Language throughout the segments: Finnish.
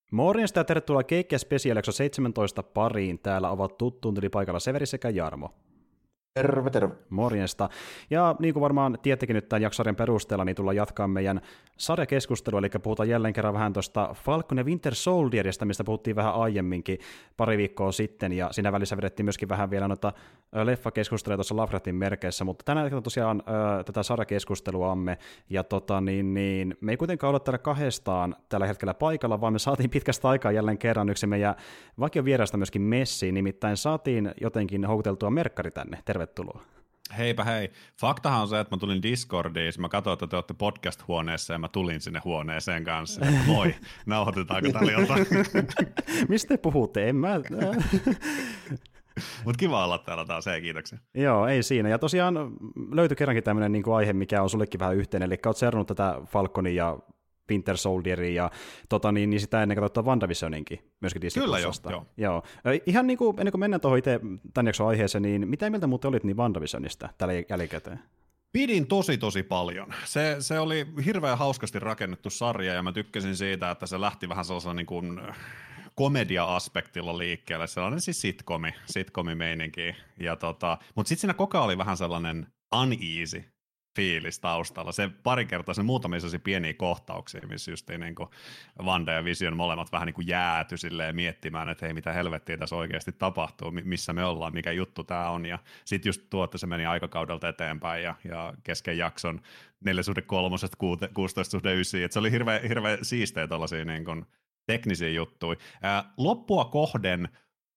Morjesta ja tervetuloa Keikkiä Special jakso 17 pariin. Täällä ovat tuttuun tuli paikalla Severi sekä Jarmo. Terve, terve. Morjesta. Ja niin kuin varmaan tiedättekin nyt tämän jaksarjan perusteella, niin tullaan jatkaa meidän sarjakeskustelua, eli puhutaan jälleen kerran vähän tuosta Falcon ja Winter Soldierista, mistä puhuttiin vähän aiemminkin pari viikkoa sitten, ja siinä välissä vedettiin myöskin vähän vielä noita leffakeskusteluja tuossa Lovecraftin merkeissä, mutta tänään tosiaan tätä sarjakeskusteluamme, ja me ei kuitenkaan olla täällä kahdestaan tällä hetkellä paikalla, vaan me saatiin pitkästä aikaa jälleen kerran yksi meidän vakiovierasta myöskin messiin, nimittäin saatiin jotenkin houkuteltua Merkkari tänne. Tervetuloa. Heipä hei. Faktahan on se, että mä tulin Discordiin, mä katsoin, että te olette podcast-huoneessa ja mä tulin sinne huoneeseen kanssa. Moi, nauhoitetaanko täällä jotain? Mistä te puhutte? En mä... Mutta kiva olla täällä taas, hei, kiitoksia. Joo, ei siinä. Ja tosiaan löytyi kerrankin tämmöinen niin kuin aihe, mikä on sullekin vähän yhteinen, eli olet seurannut tätä Falconin ja Winter Soldieria ja niin sitä ennen katsottua WandaVisioninkin myöskin Disney Plusasta. Joo. Ihan niin kuin, ennen kuin mennään tuohon itse tämän jakson aiheeseen, niin mitä mieltä muuten olit niin WandaVisionista tällä jälkikäteen? Pidin tosi paljon. Se oli hirveän hauskasti rakennettu sarja ja mä tykkäsin siitä, että se lähti vähän sellaisella niin kuin komedia-aspektilla liikkeelle, sellainen siis sitcomi-meininki. Mutta sitten siinä koko oli vähän sellainen uneasy fiilis taustalla. Se pari kertaa, se muutamia pieniä kohtauksia, missä just niin kuin Wanda ja Vision molemmat vähän niin kuin jääty silleen miettimään, että hei, mitä helvettiä tässä oikeasti tapahtuu, missä me ollaan, mikä juttu tämä on. Ja sitten just tuo, että se meni aikakaudelta eteenpäin ja kesken jakson 4/3, 16/9, että se oli hirveän siistejä tällaisia niin kuin teknisiä juttuja. Loppua kohden,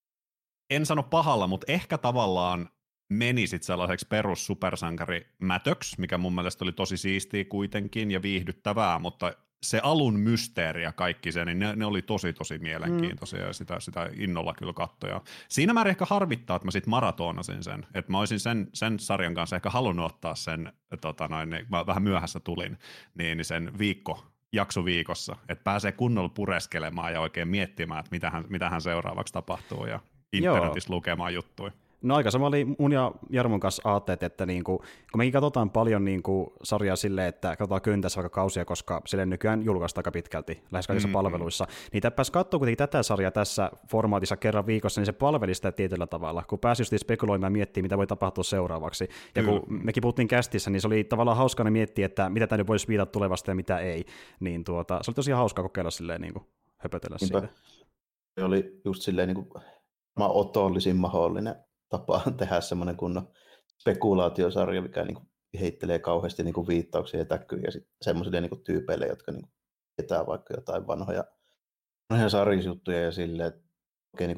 en sano pahalla, mutta ehkä tavallaan meni sitten sellaiseksi perussupersankarimätöksi, mikä mun mielestä oli tosi siistiä kuitenkin ja viihdyttävää, mutta se alun mysteeri ja kaikki se, niin ne oli tosi mielenkiintoisia ja sitä innolla kyllä katsoja. Siinä määrin ehkä harvittaa, että mä sitten maratonasin sen, että mä olisin sen sarjan kanssa ehkä halunnut ottaa sen, mä vähän myöhässä tulin, niin sen jakso viikossa, että pääsee kunnolla pureskelemaan ja oikein miettimään, että mitähän seuraavaksi tapahtuu ja internetissä lukemaan juttuja. No aika sama oli mun ja Jarmon kanssa aatteet, että kun mekin katsotaan paljon sarjaa silleen, että katsotaan kyntässä vaikka kausia, koska sille nykyään julkaistaan aika pitkälti lähes kaikissa palveluissa, niin pääsi katsoa kuitenkin tätä sarjaa tässä formaatissa kerran viikossa, niin se palveli sitä tietyllä tavalla, kun pääsi just spekuloimaan ja miettimään, mitä voi tapahtua seuraavaksi. Ja kun mekin puhuttiin kästissä, niin se oli tavallaan hauskaa miettiä, että mitä tämä nyt voisi viitata tulevasta ja mitä ei, niin se oli tosi hauskaa kokeilla silleen höpötellä siitä. Se oli just silleen otollisin mahdollinen tapa tehdä semmoinen kunnon spekulaatiosarja, mikä heittelee kauheasti viittauksia ja täkyjä ja semmoisille tyypeille, jotka tietää vaikka jotain vanhoja sarjisjuttuja ja silleen, oikein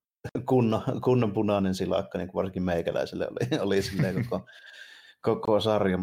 kunnon punainen silakka, varsinkin meikäläiselle oli silleen koko sarja.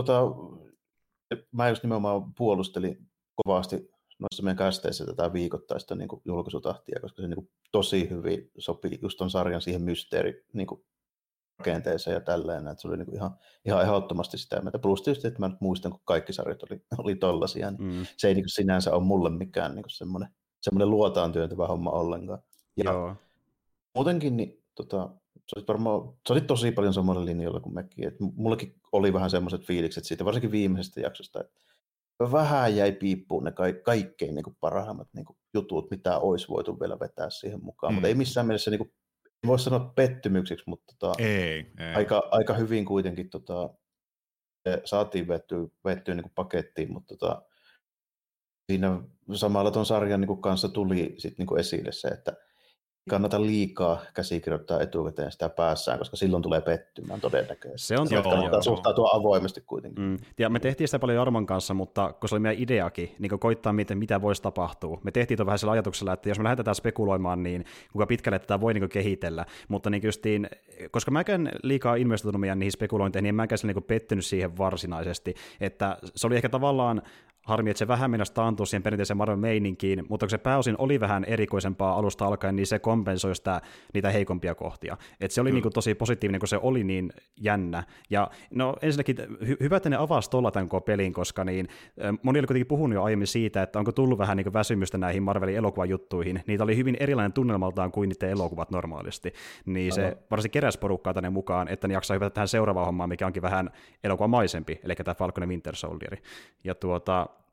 Mä just nimenomaan puolustelin kovasti noissa meidän kästeissä tätä viikoittaista julkaisutahtia, koska se tosi hyvin sopii just ton sarjan siihen mysteeri rakenteeseen ja tälleen, että se oli ihan ehdottomasti sitä mieltä. Plus tietysti, että mä nyt muistan, kun kaikki sarjat oli tollaisia, niin se ei sinänsä ole mulle mikään semmoinen luotaan työntävä homma ollenkaan. Ja muutenkin niin, se oli tosi paljon samalla linjoilla kuin mekin. Et mullakin oli vähän semmoiset fiilikset siitä, varsinkin viimeisestä jaksosta, että vähän jäi piippuun ne kaikkein parhaimmat jutut, mitä olisi voitu vielä vetää siihen mukaan, mutta ei missään mielessä voi sanoa pettymykseksi, mutta aika hyvin kuitenkin saatiin vettyä pakettiin, mutta siinä samalla ton sarjan kanssa tuli sit esille se, että kannata liikaa käsikirjoittaa etukäteen sitä päässään, koska silloin tulee pettymään todennäköisesti. Se on kannattaa suhtautua avoimesti kuitenkin. Ja me tehtiin sitä paljon Jarmon kanssa, mutta kun se oli meidän ideakin, niin koittaa mitä voisi tapahtua. Me tehtiin vähän sillä ajatuksella, että jos me lähdetään spekuloimaan, niin kuinka pitkälle tätä voi kehitellä. Mutta koska mäkään liikaa investoitunut meidän niihin spekulointeihin, niin en mäkään pettynyt siihen varsinaisesti. Että se oli ehkä tavallaan harmi, että se vähän mennä taantuu siihen perinteiseen Marvel-meininkiin, mutta kun se pääosin oli vähän erikoisempaa alusta alkaen, niin se kompensoi niitä heikompia kohtia. Et se oli tosi positiivinen, kun se oli niin jännä. Ja no ensinnäkin hyvä, että ne avasi tuolla tämän pelin, koska moni oli kuitenkin puhunut jo aiemmin siitä, että onko tullut vähän väsymystä näihin Marvelin elokuvajuttuihin. Niitä oli hyvin erilainen tunnelmaltaan kuin niiden elokuvat normaalisti. Niin se varsin keräsi porukkaa tänne mukaan, että ne jaksaa hypätä tähän seuraavaan hommaan, mikä onkin vähän elokuvamaisempi, eli tämä Falcon ja Winter Soldier. Ja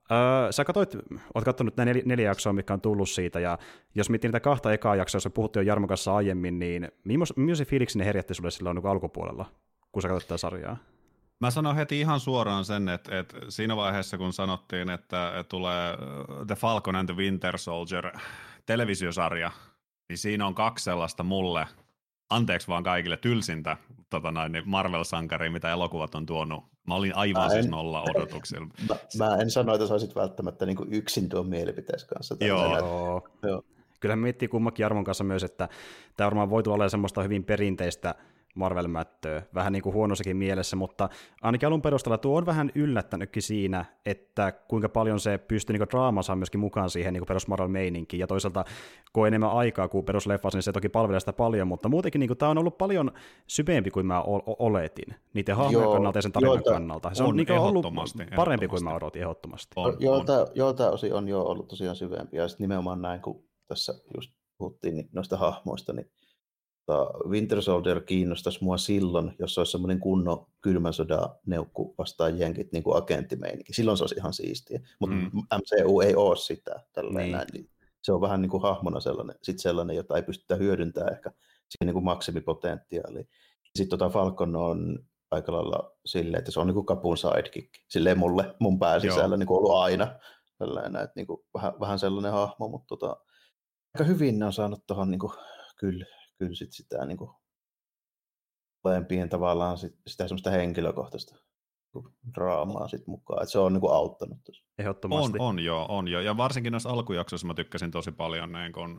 Sä oot katsonut nämä 4 jaksoa, mikä on tullut siitä, ja jos miettii niitä 2 ekaa jaksoa, joissa puhuttiin jo Jarmon kanssa aiemmin, niin millaisen fiiliksen ne herätti sulle silloin niin alkupuolella, kun sä katsot tätä sarjaa? Mä sanon heti ihan suoraan sen, että siinä vaiheessa, kun sanottiin, että tulee The Falcon and the Winter Soldier televisiosarja, niin siinä on 2 sellaista mulle, anteeksi vaan kaikille, tylsintä Marvel-sankaria, mitä elokuvat on tuonut. Mä olin aivan siis nolla odotuksilla. Mä en sano, että sä olisit välttämättä niin kuin yksin tuon mielipiteessä kanssa. Joo. Kyllähän me miettii kummankin Jarmon kanssa myös, että tämä varmaan voi tulla olemaan semmoista hyvin perinteistä Marvel-mättöä, vähän niin kuin huonossakin mielessä, mutta ainakin alun perusteella tuo on vähän yllättänytkin siinä, että kuinka paljon se pystyy niin draamansa myöskin mukaan siihen niin perus Marvel-meininkiin, ja toisaalta kun on enemmän aikaa kuin perusleffassa, niin se toki palvelee sitä paljon, mutta muutenkin niin tämä on ollut paljon syvempi kuin mä oletin, niiden hahmojen kannalta ja sen tarinan kannalta. Se on niin ollut parempi kuin mä odotin ehdottomasti. Joltain osin on jo ollut tosiaan syvempi, ja sitten nimenomaan näin, kun tässä just puhuttiin niin noista hahmoista, niin Winter Soldier kiinnostaisi mua silloin, jos olisi semmoinen kunnon kylmän sodan neukku vastaan jenkit niin kuin agenttimeininki. Silloin se olisi ihan siistiä, mutta MCU ei ole sitä. Näin. Niin se on vähän niin kuin hahmona sellainen, jota ei pystytä hyödyntämään ehkä siihen niin kuin maksimipotentiaaliin. Sitten Falcon on aika lailla silleen, että se on niin kuin kapun sidekick. Silleen mun pää sisällä niin kuin ollut aina. Tällainen, että niin kuin vähän sellainen hahmo, mutta aika hyvin ne on saanut tuohon niin kyllä sitä niin kuin molempien tavallaan sitä semmoista henkilökohtaista draamaa sit mukaan, että se on niin kuin auttanut tuossa. Ehdottomasti. On jo, ja varsinkin noissa alkujaksoissa mä tykkäsin tosi paljon niin kuin,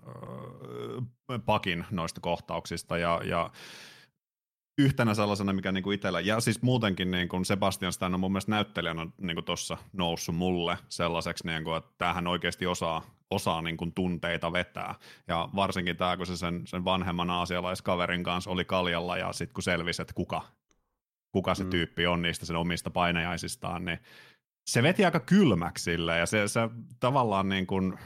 Pakin noista kohtauksista, ja yhtenä sellaisena, mikä niin kuin itsellä, ja siis muutenkin niin kuin Sebastian Stan on mun mielestä näyttelijänä niin kuin tuossa noussut mulle sellaiseksi, niin kuin, että tämähän oikeasti osaa niin kuin tunteita vetää, ja varsinkin tämä, kun se sen vanhemman aasialaiskaverin kanssa oli kaljalla, ja sitten kun selvisi, että kuka se tyyppi on niistä sen omista painajaisistaan, niin se veti aika kylmäksi sille, ja se tavallaan niin kuin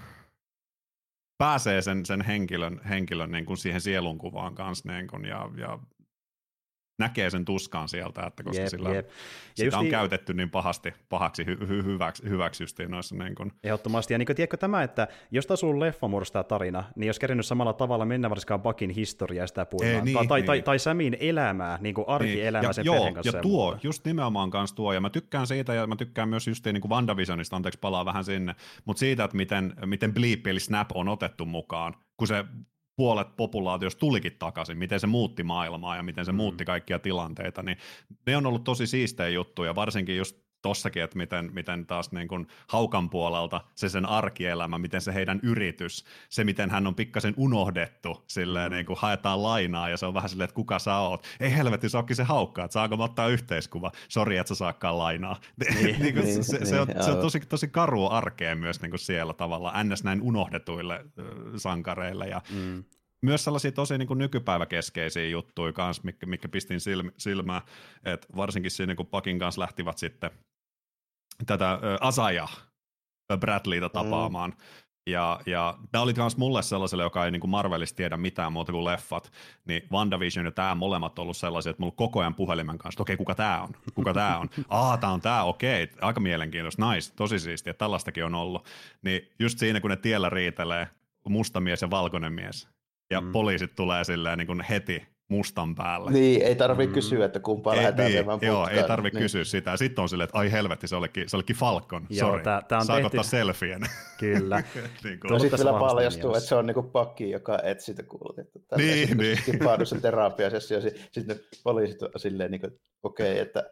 pääsee sen henkilön niin kuin siihen sielunkuvaan kanssa, niin kuin, ja näkee sen tuskaan sieltä, että koska sitä on käytetty niin pahaksi hyväksi justiin noissa. Niin kun. Ehdottomasti, ja niin tiedätkö tämä, että jos tämä on ollut leffamuodossa tämä tarina, niin jos kerännyt samalla tavalla mennä varsinkaan Buckyn historiaa sitä puhumaan, tai Samin elämää, niin kuin arkielämää sen perheen kanssa. Ja tuo, just nimenomaan kanssa tuo, ja mä tykkään siitä, ja mä tykkään myös justiin niin kuin WandaVisionista, anteeksi palaa vähän sinne, mutta siitä, että miten Bleep eli Snap on otettu mukaan, kun se puolet populaatiosta tulikin takaisin, miten se muutti maailmaa ja miten se muutti kaikkia tilanteita, niin ne on ollut tosi siistejä juttuja, varsinkin just tossakin, että miten taas niin kuin Haukan puolelta se sen arkielämä, miten se heidän yritys, se miten hän on pikkasen unohdettu, silleen niin kuin haetaan lainaa ja se on vähän silleen, että kuka sä oot, ei helvetti, se onkin se Haukka, että saako mä ottaa yhteiskuva, sori, että sä saakkaan lainaa. Se on tosi karua arkea myös niin kuin siellä tavalla, ns. Näin unohdetuille sankareille ja myös sellaisia tosi niin kuin nykypäiväkeskeisiä juttuja kanssa, mikä pistin silmään, että varsinkin siinä kun Pakin kanssa lähtivät sitten tätä Asajah Bradleyta tapaamaan, ja tämä oli myös mulle sellaiselle, joka ei niin kuin Marvelista tiedä mitään muuta kuin leffat, niin WandaVision ja tämä molemmat on ollut sellaisia, että mulla koko ajan puhelimen kanssa, että okei, kuka tämä on? Tämä on tämä, okei, aika mielenkiintoista, nice, tosi siistiä, että tällaistakin on ollut. Niin just siinä, kun ne tiellä riitelee, musta mies ja valkoinen mies, ja poliisit tulee silleen niin kuin heti mustan päälle. Niin, ei tarvitse kysyä, että kumpaa lähdetään viemään putkaan. Joo, ei tarvitse kysyä sitä. Sitten on silleen, että ai helvetti, se olikin Falcon, sori. Saako ottaa selfien? Kyllä. niin sitten vielä paljastuu, että se on niinku Pakki, joka etsi sitä kuulutettu. Niin. Tippaadu sen terapiasessa, ja sitten ne poliisit on silleen, niin okei, että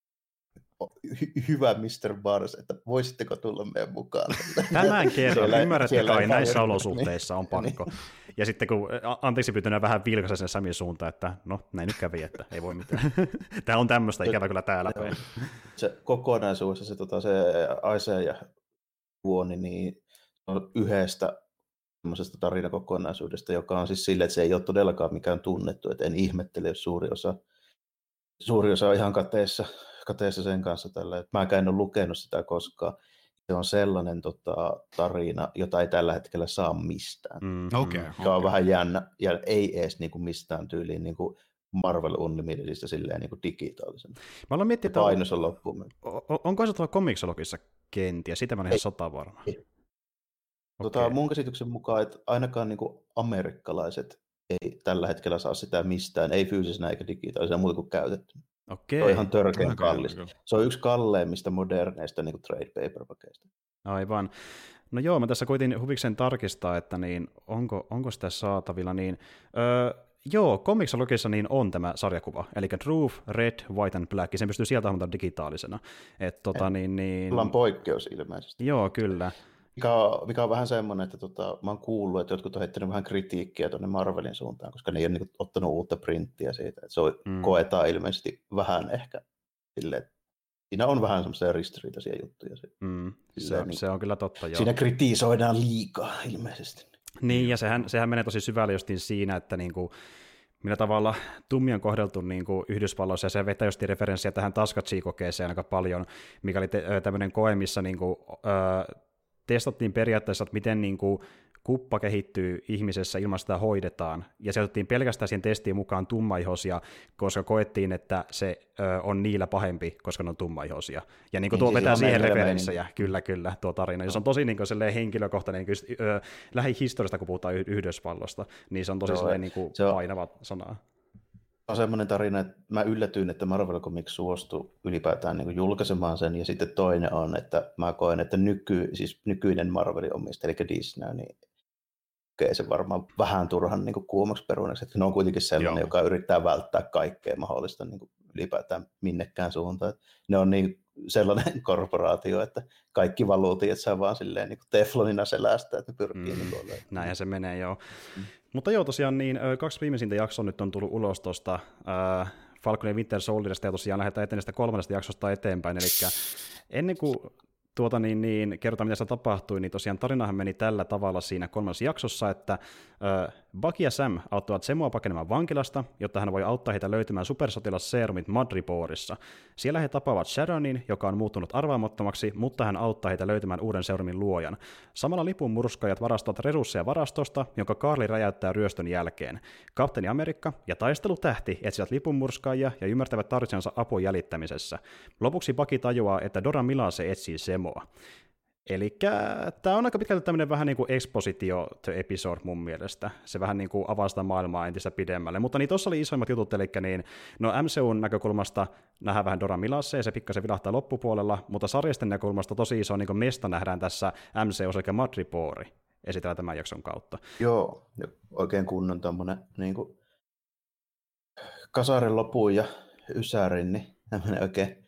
hyvä Mr. Bars, että voisitteko tulla meidän mukaan? Tämän kerran, ymmärrätte kai, näissä olosuhteissa on pakko. Ja sitten kun anteeksi pyytäneen vähän vilkaisen sen Samin suuntaan, että no näin nyt kävi, että ei voi mitään. Tämä on tämmöistä ikävä kyllä täällä päin. Se kokonaisuus, se Aise ja Vuoni, niin on yhdestä semmoisesta tarinakokonaisuudesta, joka on siis silleen, että se ei ole todellakaan mikään tunnettu, että en ihmettele, jos suuri osa on ihan kateessa sen kanssa tällä. Mäkään en ole lukenut sitä koskaan. Se on sellainen tarina, jota ei tällä hetkellä saa mistään. Joka on vähän jännä, ja ei edes niin kuin mistään tyyliin niin kuin Marvel Unlimitedista silleen niin kuin digitaalisen. Mä aloin miettiä, painos on loppuun. Onko se tuolla Comixologissa kenties. Sitä mä olen ihan satavarma. Okay. Mun käsityksen mukaan, että ainakaan niin kuin amerikkalaiset ei tällä hetkellä saa sitä mistään, ei fyysisenä eikä digitaalisena muuta kuin käytetty. Okei. Se on ihan törkeän kallis. Se on yksi kalleimmista moderneista niin kuin trade paperbakeista. Aivan. No joo, mä tässä koitin huvikseen tarkistaa, että niin, onko sitä saatavilla. Niin, joo, Comixologissa niin on tämä sarjakuva, eli Truth, Red, White and Black, sen pystyy sieltä hahmottamaan digitaalisena. Ollaan poikkeus ilmeisesti. Joo, kyllä. Mikä on vähän semmoinen, että mä oon kuullut, että jotkut on heittänyt vähän kritiikkiä tuonne Marvelin suuntaan, koska ne ei ole niin ottanut uutta printtiä siitä. Että se koetaan ilmeisesti vähän ehkä silleen, siinä on vähän semmoisia ristiriitaisia juttuja. Se on kyllä totta, joo. Siinä kritisoidaan liikaa ilmeisesti. Niin, ja sehän menee tosi syvälle justiin siinä, että niinku, millä tavalla Tummi on kohdeltu niinku Yhdysvalloissa, ja se vetää justiin referenssiä tähän Tascacci-kokeeseen aika paljon, mikä oli tämmöinen koe, missä niinku, testattiin periaatteessa, että miten niinku kuppa kehittyy ihmisessä ilman sitä hoidetaan, ja se otettiin pelkästään siihen testiin mukaan tummaihoisia, koska koettiin, että se on niillä pahempi, koska ne on tummaihoisia. Ja niin tuo vetää siihen referenssejä, kyllä, tuo tarina. Ja se on tosi niin henkilökohtainen, niin lähihistoriasta, kun puhutaan Yhdysvallosta, niin se on tosi niin painava sana. On semmoinen tarina, että mä yllätyin, että Marvel Comics suostui ylipäätään niin julkaisemaan sen, ja sitten toinen on, että mä koen, että nykyinen Marvelin omistaja, eli Disney, niin se varmaan vähän turhan niin kuumaksi perunaksi, että ne on kuitenkin sellainen, joka yrittää välttää kaikkea mahdollista niin ylipäätään minnekään suuntaan. Ne on niin sellainen korporaatio, että kaikki valuutiet saa vaan silleen niin teflonina selästä, että ne pyrkii niin olemaan. Näinhän se menee, joo. Mutta joo, tosiaan niin 2 viimeisintä jaksoa nyt on tullut ulos tuosta Falcon ja Winter Soldierista, ja tosiaan lähdetään eteen sitä 3. jaksosta eteenpäin, eli ennen kuin kerrotaan, mitä se tapahtui, niin tosiaan tarinahan meni tällä tavalla siinä 3. jaksossa, että Bucky ja Sam auttavat Semoa pakenemaan vankilasta, jotta hän voi auttaa heitä löytymään supersotilasseerumit Madripoorissa. Siellä he tapaavat Sharonin, joka on muuttunut arvaamattomaksi, mutta hän auttaa heitä löytämään uuden seerumin luojan. Samalla lipunmurskaajat varastavat resursseja varastosta, jonka Karli räjäyttää ryöstön jälkeen. Kapteeni Amerikka ja taistelutähti etsivät lipunmurskaajia ja ymmärtävät tarvitsensa apua jäljittämisessä. Lopuksi Bucky tajuaa, että Dora Milaje etsii Semoa. Eli tämä on aika pitkälti tämmöinen vähän niin kuin expositio episode mun mielestä. Se vähän niin kuin avaa sitä maailmaa entistä pidemmälle. Mutta niin tuossa oli isoimmat jutut, eli niin, no MCUn näkökulmasta nähdään vähän Dora Milaje, se pikkasen vilahtaa loppupuolella, mutta sarjisten näkökulmasta tosi iso niin kuin mesta nähdään tässä MCU, eli Madripoori, esitellään tämän jakson kautta. Joo, oikein kunnon tämmöinen niin kuin kasarin lopun ja ysärin, niin tämmöinen oikein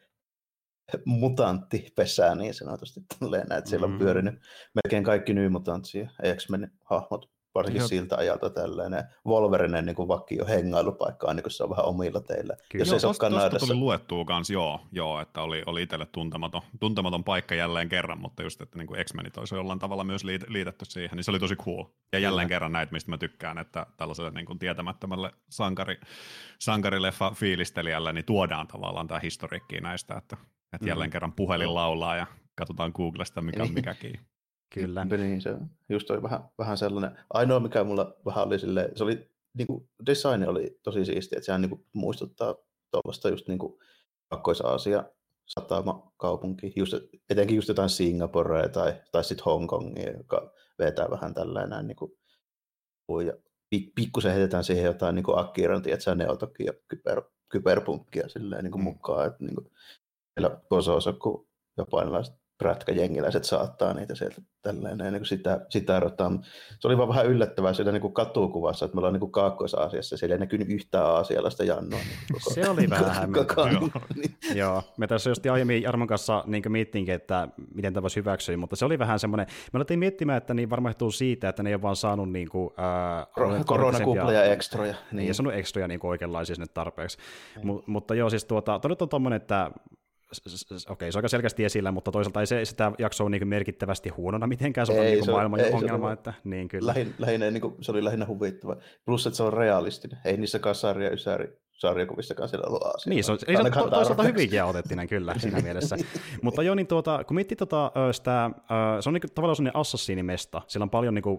mutanttipesää niin sanotusti, että siellä on pyörinyt melkein kaikki New Mutants ja X-Men hahmot, varsinkin siltä ajalta tällainen Wolverine niin kuin vakio hengailupaikka, aina kun se on vähän omilla teillä. Kyllä, jos tuosta tuli luettua kanssa, joo, että oli itselle tuntematon paikka jälleen kerran, mutta just, että niin kuin X-Menit olisi jollain tavalla myös liitetty siihen, niin se oli tosi cool. Ja jälleen kerran näitä, mistä mä tykkään, että tällaiselle niin kuin tietämättömälle sankarileffa fiilistelijälle niin tuodaan tavallaan tämä historiikki näistä, että jälleen kerran puhelin laulaa ja katsotaan Googlesta, mikä on mikäkin. Kyllä. Niin, se just oli vähän sellainen. Ainoa, mikä mulla vähän oli silleen, se oli, niin kuin, design oli tosi siistiä, että sehän niin kuin, muistuttaa tuollaista just niin kuin Kaakkois-Aasia satamakaupunki, etenkin just jotain Singaporea tai sitten Hongkongia, joka vetää vähän tällainen niin kuin, ja pikkusen heitetään siihen jotain niin kuin Akiran, tiedätkö, Neotokia ja kyberpunkkia silleen niin kuin mukaan, että niin kuin, siellä Kosossa, kun japanilaiset prätkäjengiläiset saattaa niitä sieltä tällainen, niin sitä erotaan. Se oli vaan vähän yllättävää siellä niin kuin katukuvassa, että me ollaan niin kuin Kaakkois-Aasiassa, siellä ei näkynyt yhtään aasialaista jannoa. Niin se oli vähän hämmentävää. Joo, me tässä just aiemmin Jarmon kanssa niin miettiinkin, että miten tämä voisi hyväksyä, mutta se oli vähän semmoinen, me alettiin miettimään, että niin varmaan johtuu siitä, että ne ei ole vaan saanut niin kuin, koronakupleja ja ekstroja. Niin, ei saanut ekstroja niin oikeanlaisia sinne tarpeeksi. Mutta joo, siis nyt on tommoinen, että okei, se on aika selkeästi esillä, mutta toisaalta ei sitä jaksoa niin merkittävästi huonona mitenkään, se on niin maailman ongelma, että niin kyllä. Lähinnä, niin kuin, se oli lähinnä huvittava. Plus, että se on realistinen. Ei niissä kasari- ja sarjakuvissakaan siellä ollut Aasia. Niin, se on toisaalta hyvinkin otettiin kyllä siinä mielessä. Mutta joo, niin kun miettii sitä, se on niin tavallaan sellainen assassiinimesta. Siellä on paljon niin kuin,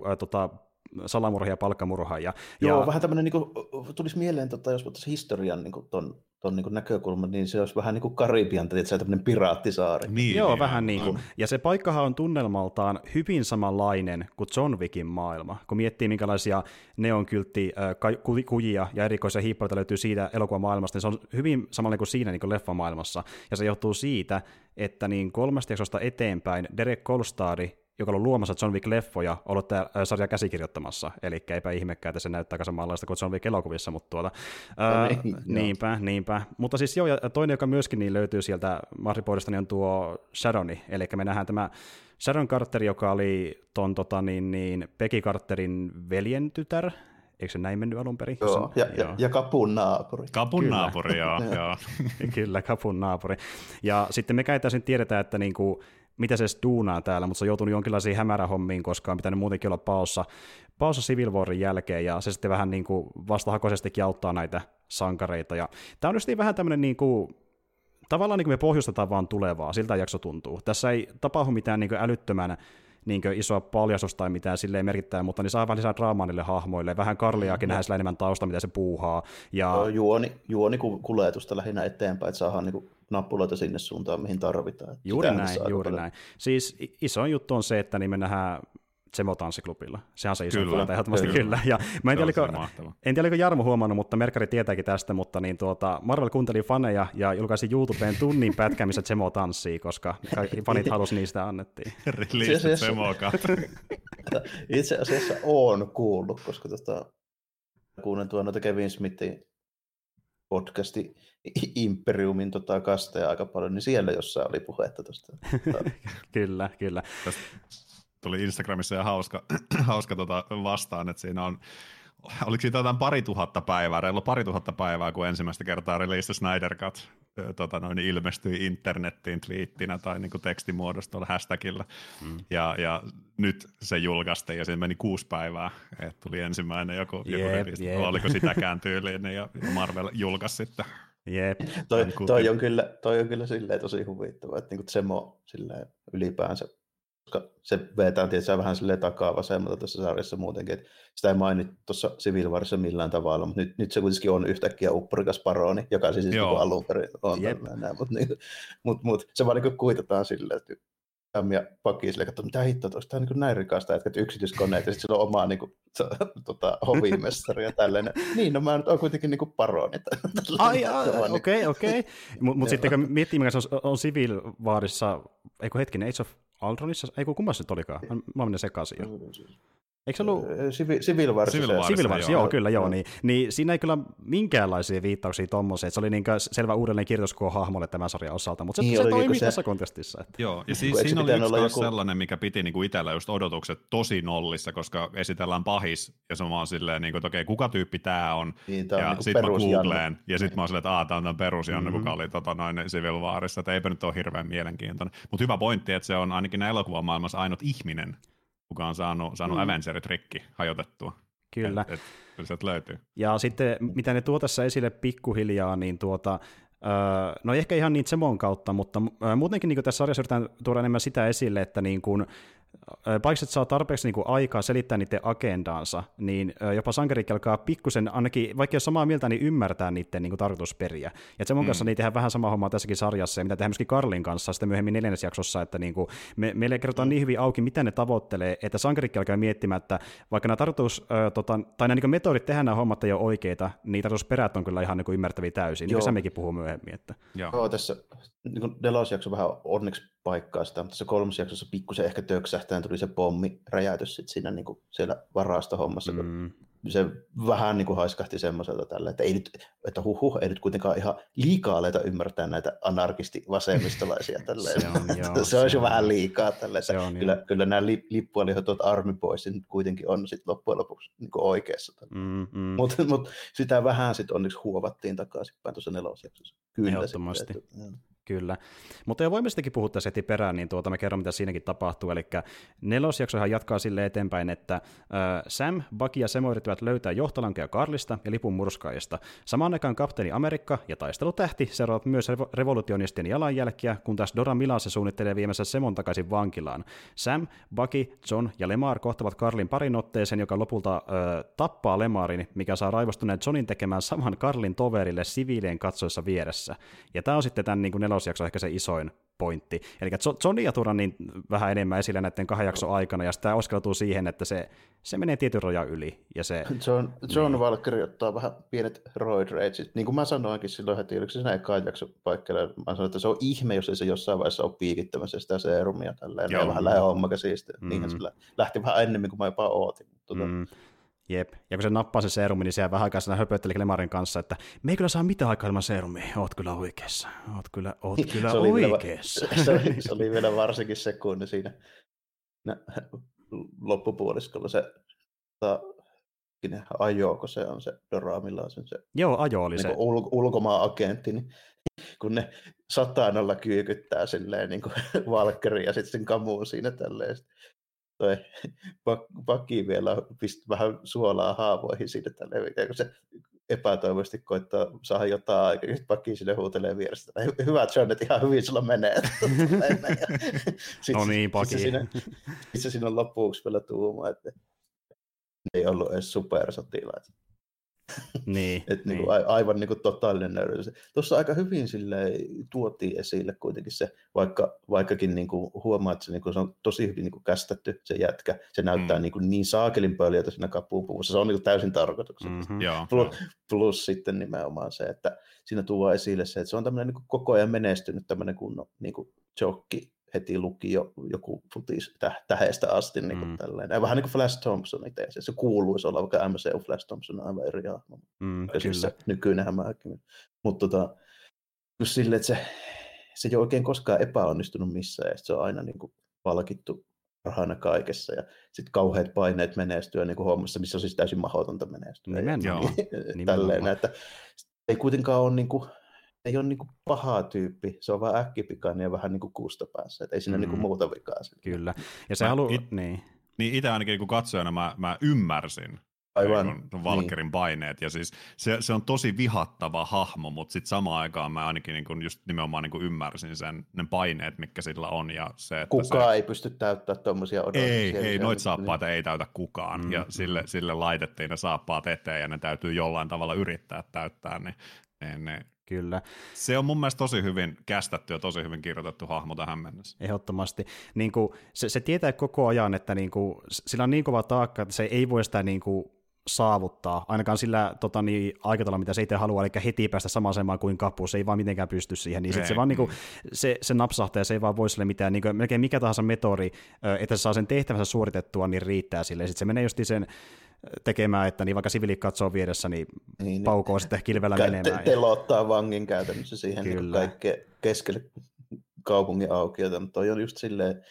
salamurhia ja palkkamurhaajia. Joo, vähän tämmöinen, niin kuin, tulisi mieleen, jos ottaisiin historian niin kuin ton tuon niin näkökulman, niin se olisi vähän niin kuin Karibian, että se on tämmöinen piraattisaari. Joo, vähän niin kuin. Ja se paikkahan on tunnelmaltaan hyvin samanlainen kuin John Wickin maailma. Kun miettii, minkälaisia neonkylttikujia ja erikoisia hiippaleita löytyy siitä elokuvamaailmasta, niin se on hyvin samanlainen kuin siinä niin kuin leffamaailmassa. Ja se johtuu siitä, että niin 3 jaksosta eteenpäin Derek Kolstad, joka on ollut luomassa John Wick-leffoja, on ollut tämä sarja käsikirjoittamassa, eli eipä ihmekään, että se näyttää aika samanlaista kuin John Wick-elokuvissa, mutta niinpä. Mutta siis joo, ja toinen, joka myöskin niin löytyy sieltä Marripoidesta, niin on tuo Sharoni, eli me nähdään tämä Sharon Carter, joka oli ton Peggy Carterin veljen tytär, eikö se näin mennyt alun perin? Joo, ja Kapun naapuri. Kapun naapuri, joo. Kyllä, Kapun naapuri. Ja sitten me täysin tiedetään, että niinku, mitä se duunaa täällä, mutta se on joutunut jonkinlaisiin hämärähommiin, koska on pitänyt muutenkin olla paossa Civil Warin jälkeen, ja se sitten vähän niin kuin vastahakoisestikin auttaa näitä sankareita. Ja tämä on just niin vähän tämmöinen, niin kuin, tavallaan niin kuin me pohjustetaan vaan tulevaa, siltä jakso tuntuu. Tässä ei tapahdu mitään niin kuin älyttömän niin kuin isoa paljastusta tai mitään silleen merkittävää, mutta niin saa vähän lisää draamaa niille hahmoille. Vähän Karliaakin nähdään sillä enemmän tausta, mitä se puuhaa. Ja juoni kuljetusta lähinnä eteenpäin, että saadaan niin nappuloita sinne suuntaan, mihin tarvitaan. Juuri näin. Siis iso juttu on se, että niin me nähdään Zemo tanssiklubilla. Sehän on se iso juttu, ehdottomasti kyllä. Ja mä en tiedä, oliko Jarmo huomannut, mutta Merkari tietääkin tästä, mutta niin Marvel kuunteli faneja ja julkaisi YouTubeen tunnin pätkän, missä Zemo tanssii, koska fanit halusi niistä annettiin. Release Zemokat. Itse asiassa on kuullut, koska kuulen noita Kevin Smithin podcasti Imperiumin kasteja aika paljon, niin siellä jossain oli puhetta tuosta. Kyllä. Tästä tuli Instagramissa ja hauska vastaan, että siinä on, oliko siitä jotain reilu 2000 päivää, kun ensimmäistä kertaa release Snyder Cut ilmestyi internettiin twiittinä tai niin kuin tekstimuodossa tuolla hashtagillä. Ja nyt se julkaistiin ja siinä meni 6 päivää, että tuli ensimmäinen joku release. Oliko sitäkään tyylinen ja Marvel julkaisi sitten. Jep. Toi on kyllä silleen tosi huvittavaa, että niinku Zemo silleen ylipäänsä, koska se vetää tietysti vähän silleen takaa vasemmalta tässä sarjassa muutenkin, että sitä ei mainittu tuossa Civil Warissa millään tavalla, mutta nyt se kuitenkin on yhtäkkiä uppurikas paroni, joka siis alun perin on tällainen, mutta se vaan niin kuitataan silleen, että ja pakki silleen, että mitä hittoa, onko tämä niin näin rikasta, että yksityiskoneet, ja sitten sillä on oma niin kuin, hovimestari ja tällainen. Niin, no mä nyt oon kuitenkin niin paroni. Okei. Mutta sitten kun miettii, mikä se on Civil Warissa, eikö hetkinen, Age of Ultronissa, eikö kummassa nyt olikaan? Mä menen sekaisin jo. Eikö se ollut? Civil Wars, joo, kyllä, joo. Niin siinä ei kyllä minkäänlaisia viittauksia tommoseen, että se oli niin selvä uudelleen kirjoitus koko hahmolle tämän sarjan osalta, mutta se toimii tässä kontestissa. Että. Joo, ja siinä oli yksi sellainen, mikä piti niinku itsellä just odotukset tosi nollissa, koska esitellään pahis, ja se on vaan silleen, niinku, että okei, kuka tyyppi tämä on, niin, ja niinku sitten mä googleen, ja sitten mä oon silleen, että tämä on tämän perusjannu, kuka oli Civil Warissa, että eipä nyt ole hirveän mielenkiintoinen. Mutta hyvä pointti, että se on ainakin elokuvamaailmassa ainut ihminen, kuka on saanut Avengerit rikki hajotettua. Kyllä. Sieltä löytyy. Ja sitten, mitä ne tuo tässä esille pikkuhiljaa, niin no ehkä ihan niin Zemon kautta, mutta muutenkin niin tässä sarjassa yritetään tuoda enemmän sitä esille, että niin kuin, paikset saa tarpeeksi niin kuin aikaa selittää niiden agendaansa, niin jopa sankarit alkaa pikkusen, ainakin vaikka ei ole samaa mieltä, niin ymmärtää niiden niin kuin tarkoitusperiä. Ja Zemon kanssa niin tehdään vähän sama hommaa tässäkin sarjassa, ja mitä tehdään myöskin Karlin kanssa sitten myöhemmin 4. jaksossa, että niin kuin meille kerrotaan niin hyvin auki, mitä ne tavoittelee, että sankarit alkaa miettimään, että vaikka nämä tai nämä niin metodit tehdä nämä hommat ei ole oikeita, niin tarkoitusperät on kyllä ihan niin kuin ymmärtäviä täysin, niin kuin Sämikin puhuu myöhemmin. Että. Joo, tässä niin 4. jakso vähän onneksi paikkaa sitä, mutta tässä 3. jaksossa pikkusen ehkä töksähtään tuli se pommiräjäytys sit siinä niin kuin siellä varastohommassa, kun se vähän niin kuin haiskahti semmoiselta tällä, että ei nyt kuitenkaan ihan liikaa aleta ymmärtää näitä anarkisti-vasemmistolaisia tälleen. Se olisi jo vähän liikaa tälleen. Kyllä nämä lippualihotot Army Boysin kuitenkin on sit loppujen lopuksi niin kuin oikeassa. Mutta sitä vähän sitten onneksi huovattiin takaisinpäin tuossa 4. jaksossa. Kyllä. Ehdottomasti. Kyllä. Mutta jo voimme sittenkin puhua tässä heti perään, niin me kerron, mitä siinäkin tapahtuu. Eli 4. jaksohan jatkaa sille eteenpäin, että Sam, Bucky ja Semo yrittävät löytää johtolankeja Karlista ja lipun murskaajista. Samaan aikaan kapteeni Amerikka ja taistelutähti seuraavat myös revolutionistien jalanjälkiä, kun taas Dora Milaje suunnittelee viemässä Semon takaisin vankilaan. Sam, Bucky, John ja Lemar kohtavat Karlin parin otteeseen, joka lopulta tappaa Lemarin, mikä saa raivostuneen Johnin tekemään saman Karlin toverille siviilien katsoessa vieressä. Ja tämä on sitten tämän niin 4. jakso ehkä se isoin pointti. Eli Johnny ja tuodaan niin vähän enemmän esille näiden 2 jakson aikana, ja sitä oskeltuu siihen, että se menee tietyn rajan yli. Ja se, John Valkyrie ottaa vähän pienet roid rageit. Niin kuin mä sanoinkin silloin heti, oliko se siinä ekaan jakson paikalla, mä sanoin, että se on ihme, jos ei se jossain vaiheessa ole piikittämässä sitä seerumia tälleen. Ja vähän lähe homma käsistä. Niinhän se lähti vähän ennemmin kuin mä jopa ootin. Jep, ja kun se nappaa se seerumi, niin siellä vähän aikaa siinä höpötteli Lemarin kanssa, että me ei kyllä saa mitään aikaa ilman seerumia, oot kyllä oikeassa, oot kyllä oikeassa. Se oli vielä varsinkin sekunnin siinä loppupuoliskolla se ajoako se on se Dora Milaje. Joo, ajo oli niin se. Ulkomaan agentti, niin kun ne satanalla kyykyttää silleen niin kuin Valkyrie ja sitten sen kamuun siinä tälleen. Toi Bucky vielä pistää vähän suolaa haavoihin siitä tälleen, kun se epätoivoisesti koittaa saada jotain aikaa, ja sitten Bucky sille huutelee vierestä. Hyvä John, että ihan hyvin sulla menee. No niin, Bucky. Sitten se siinä on lopuksi vielä tuuma, että ei ollut edes supersotilaita. Niin, niin. Niin aivan niin kuin totaalinen nöyryys. Tuossa aika hyvin tuotiin esille kuitenkin se, vaikkakin niin kuin huomaa, että se on tosi hyvin niin kästetty se jätkä. Se näyttää niin saakelin pöljältä siinä kapupuvussa. Se on niin täysin tarkoituksellista. Plus sitten nimenomaan se, että siinä tuo esille se, että se on tämmöinen niin koko ajan menestynyt tämmöinen kunnon niin jokki. Heti luki joku futis tähestä asti. Niin kuin tällainen. Vähän niin kuin Flash Thompson itse. Se kuuluisi olla, vaikka MCU Flash Thompson on aivan eri hahmo. Kyllä. Nykyinen hämähäkin. Mutta just silleen, että se ei ole oikein koskaan epäonnistunut missään. Ja se on aina niin kuin palkittu parhaana kaikessa. Ja sitten kauheat paineet menestyä niin kuin hommassa, missä on siis täysin mahdotonta menestyä. Tälleen, että ei kuitenkaan ole niin kuin ei ole niinku paha tyyppi, se on vaan äkkipikainen ja vähän niinku kuusta päässä, ei siinä niinku muuta vikaa. Kyllä, ja se niin itse ainakin kun katsojana mä ymmärsin Valkkerin paineet, ja siis se on tosi vihattava hahmo, mutta sitten samaan aikaan mä ainakin niinku just nimenomaan niinku ymmärsin ne paineet, mitkä sillä on. Ja se, että kukaan ei pysty täyttämään tuommoisia odotuksia. Ei noita saappaita ei täytä kukaan, ja sille laitettiin ne saappaat eteen, ja ne täytyy jollain tavalla yrittää täyttää, niin Kyllä. Se on mun mielestä tosi hyvin kästetty ja tosi hyvin kirjoitettu hahmo tähän mennessä. Ehdottomasti. Niin kuin, se tietää koko ajan, että niin kuin, sillä on niin kova taakka, että se ei voi sitä niin kuin saavuttaa, ainakaan sillä aikataululla, mitä se itse haluaa, eli heti päästä samaan asemaan kuin Kapu, se ei vaan mitenkään pysty siihen, niin se vaan niin kuin, se napsahtaa ja se ei vaan voi sille mitään, niin kuin, melkein mikä tahansa metodi, että se saa sen tehtävänsä suoritettua, niin riittää sille, ja sitten se menee just sen tekemään, että niin vaikka siviilit katsoo vieressä, niin paukoo sitten kilvellä menemään. Telottaa vangin käytännössä siihen niin kaikkeen keskelle kaupungin auki, joten toi on just silleen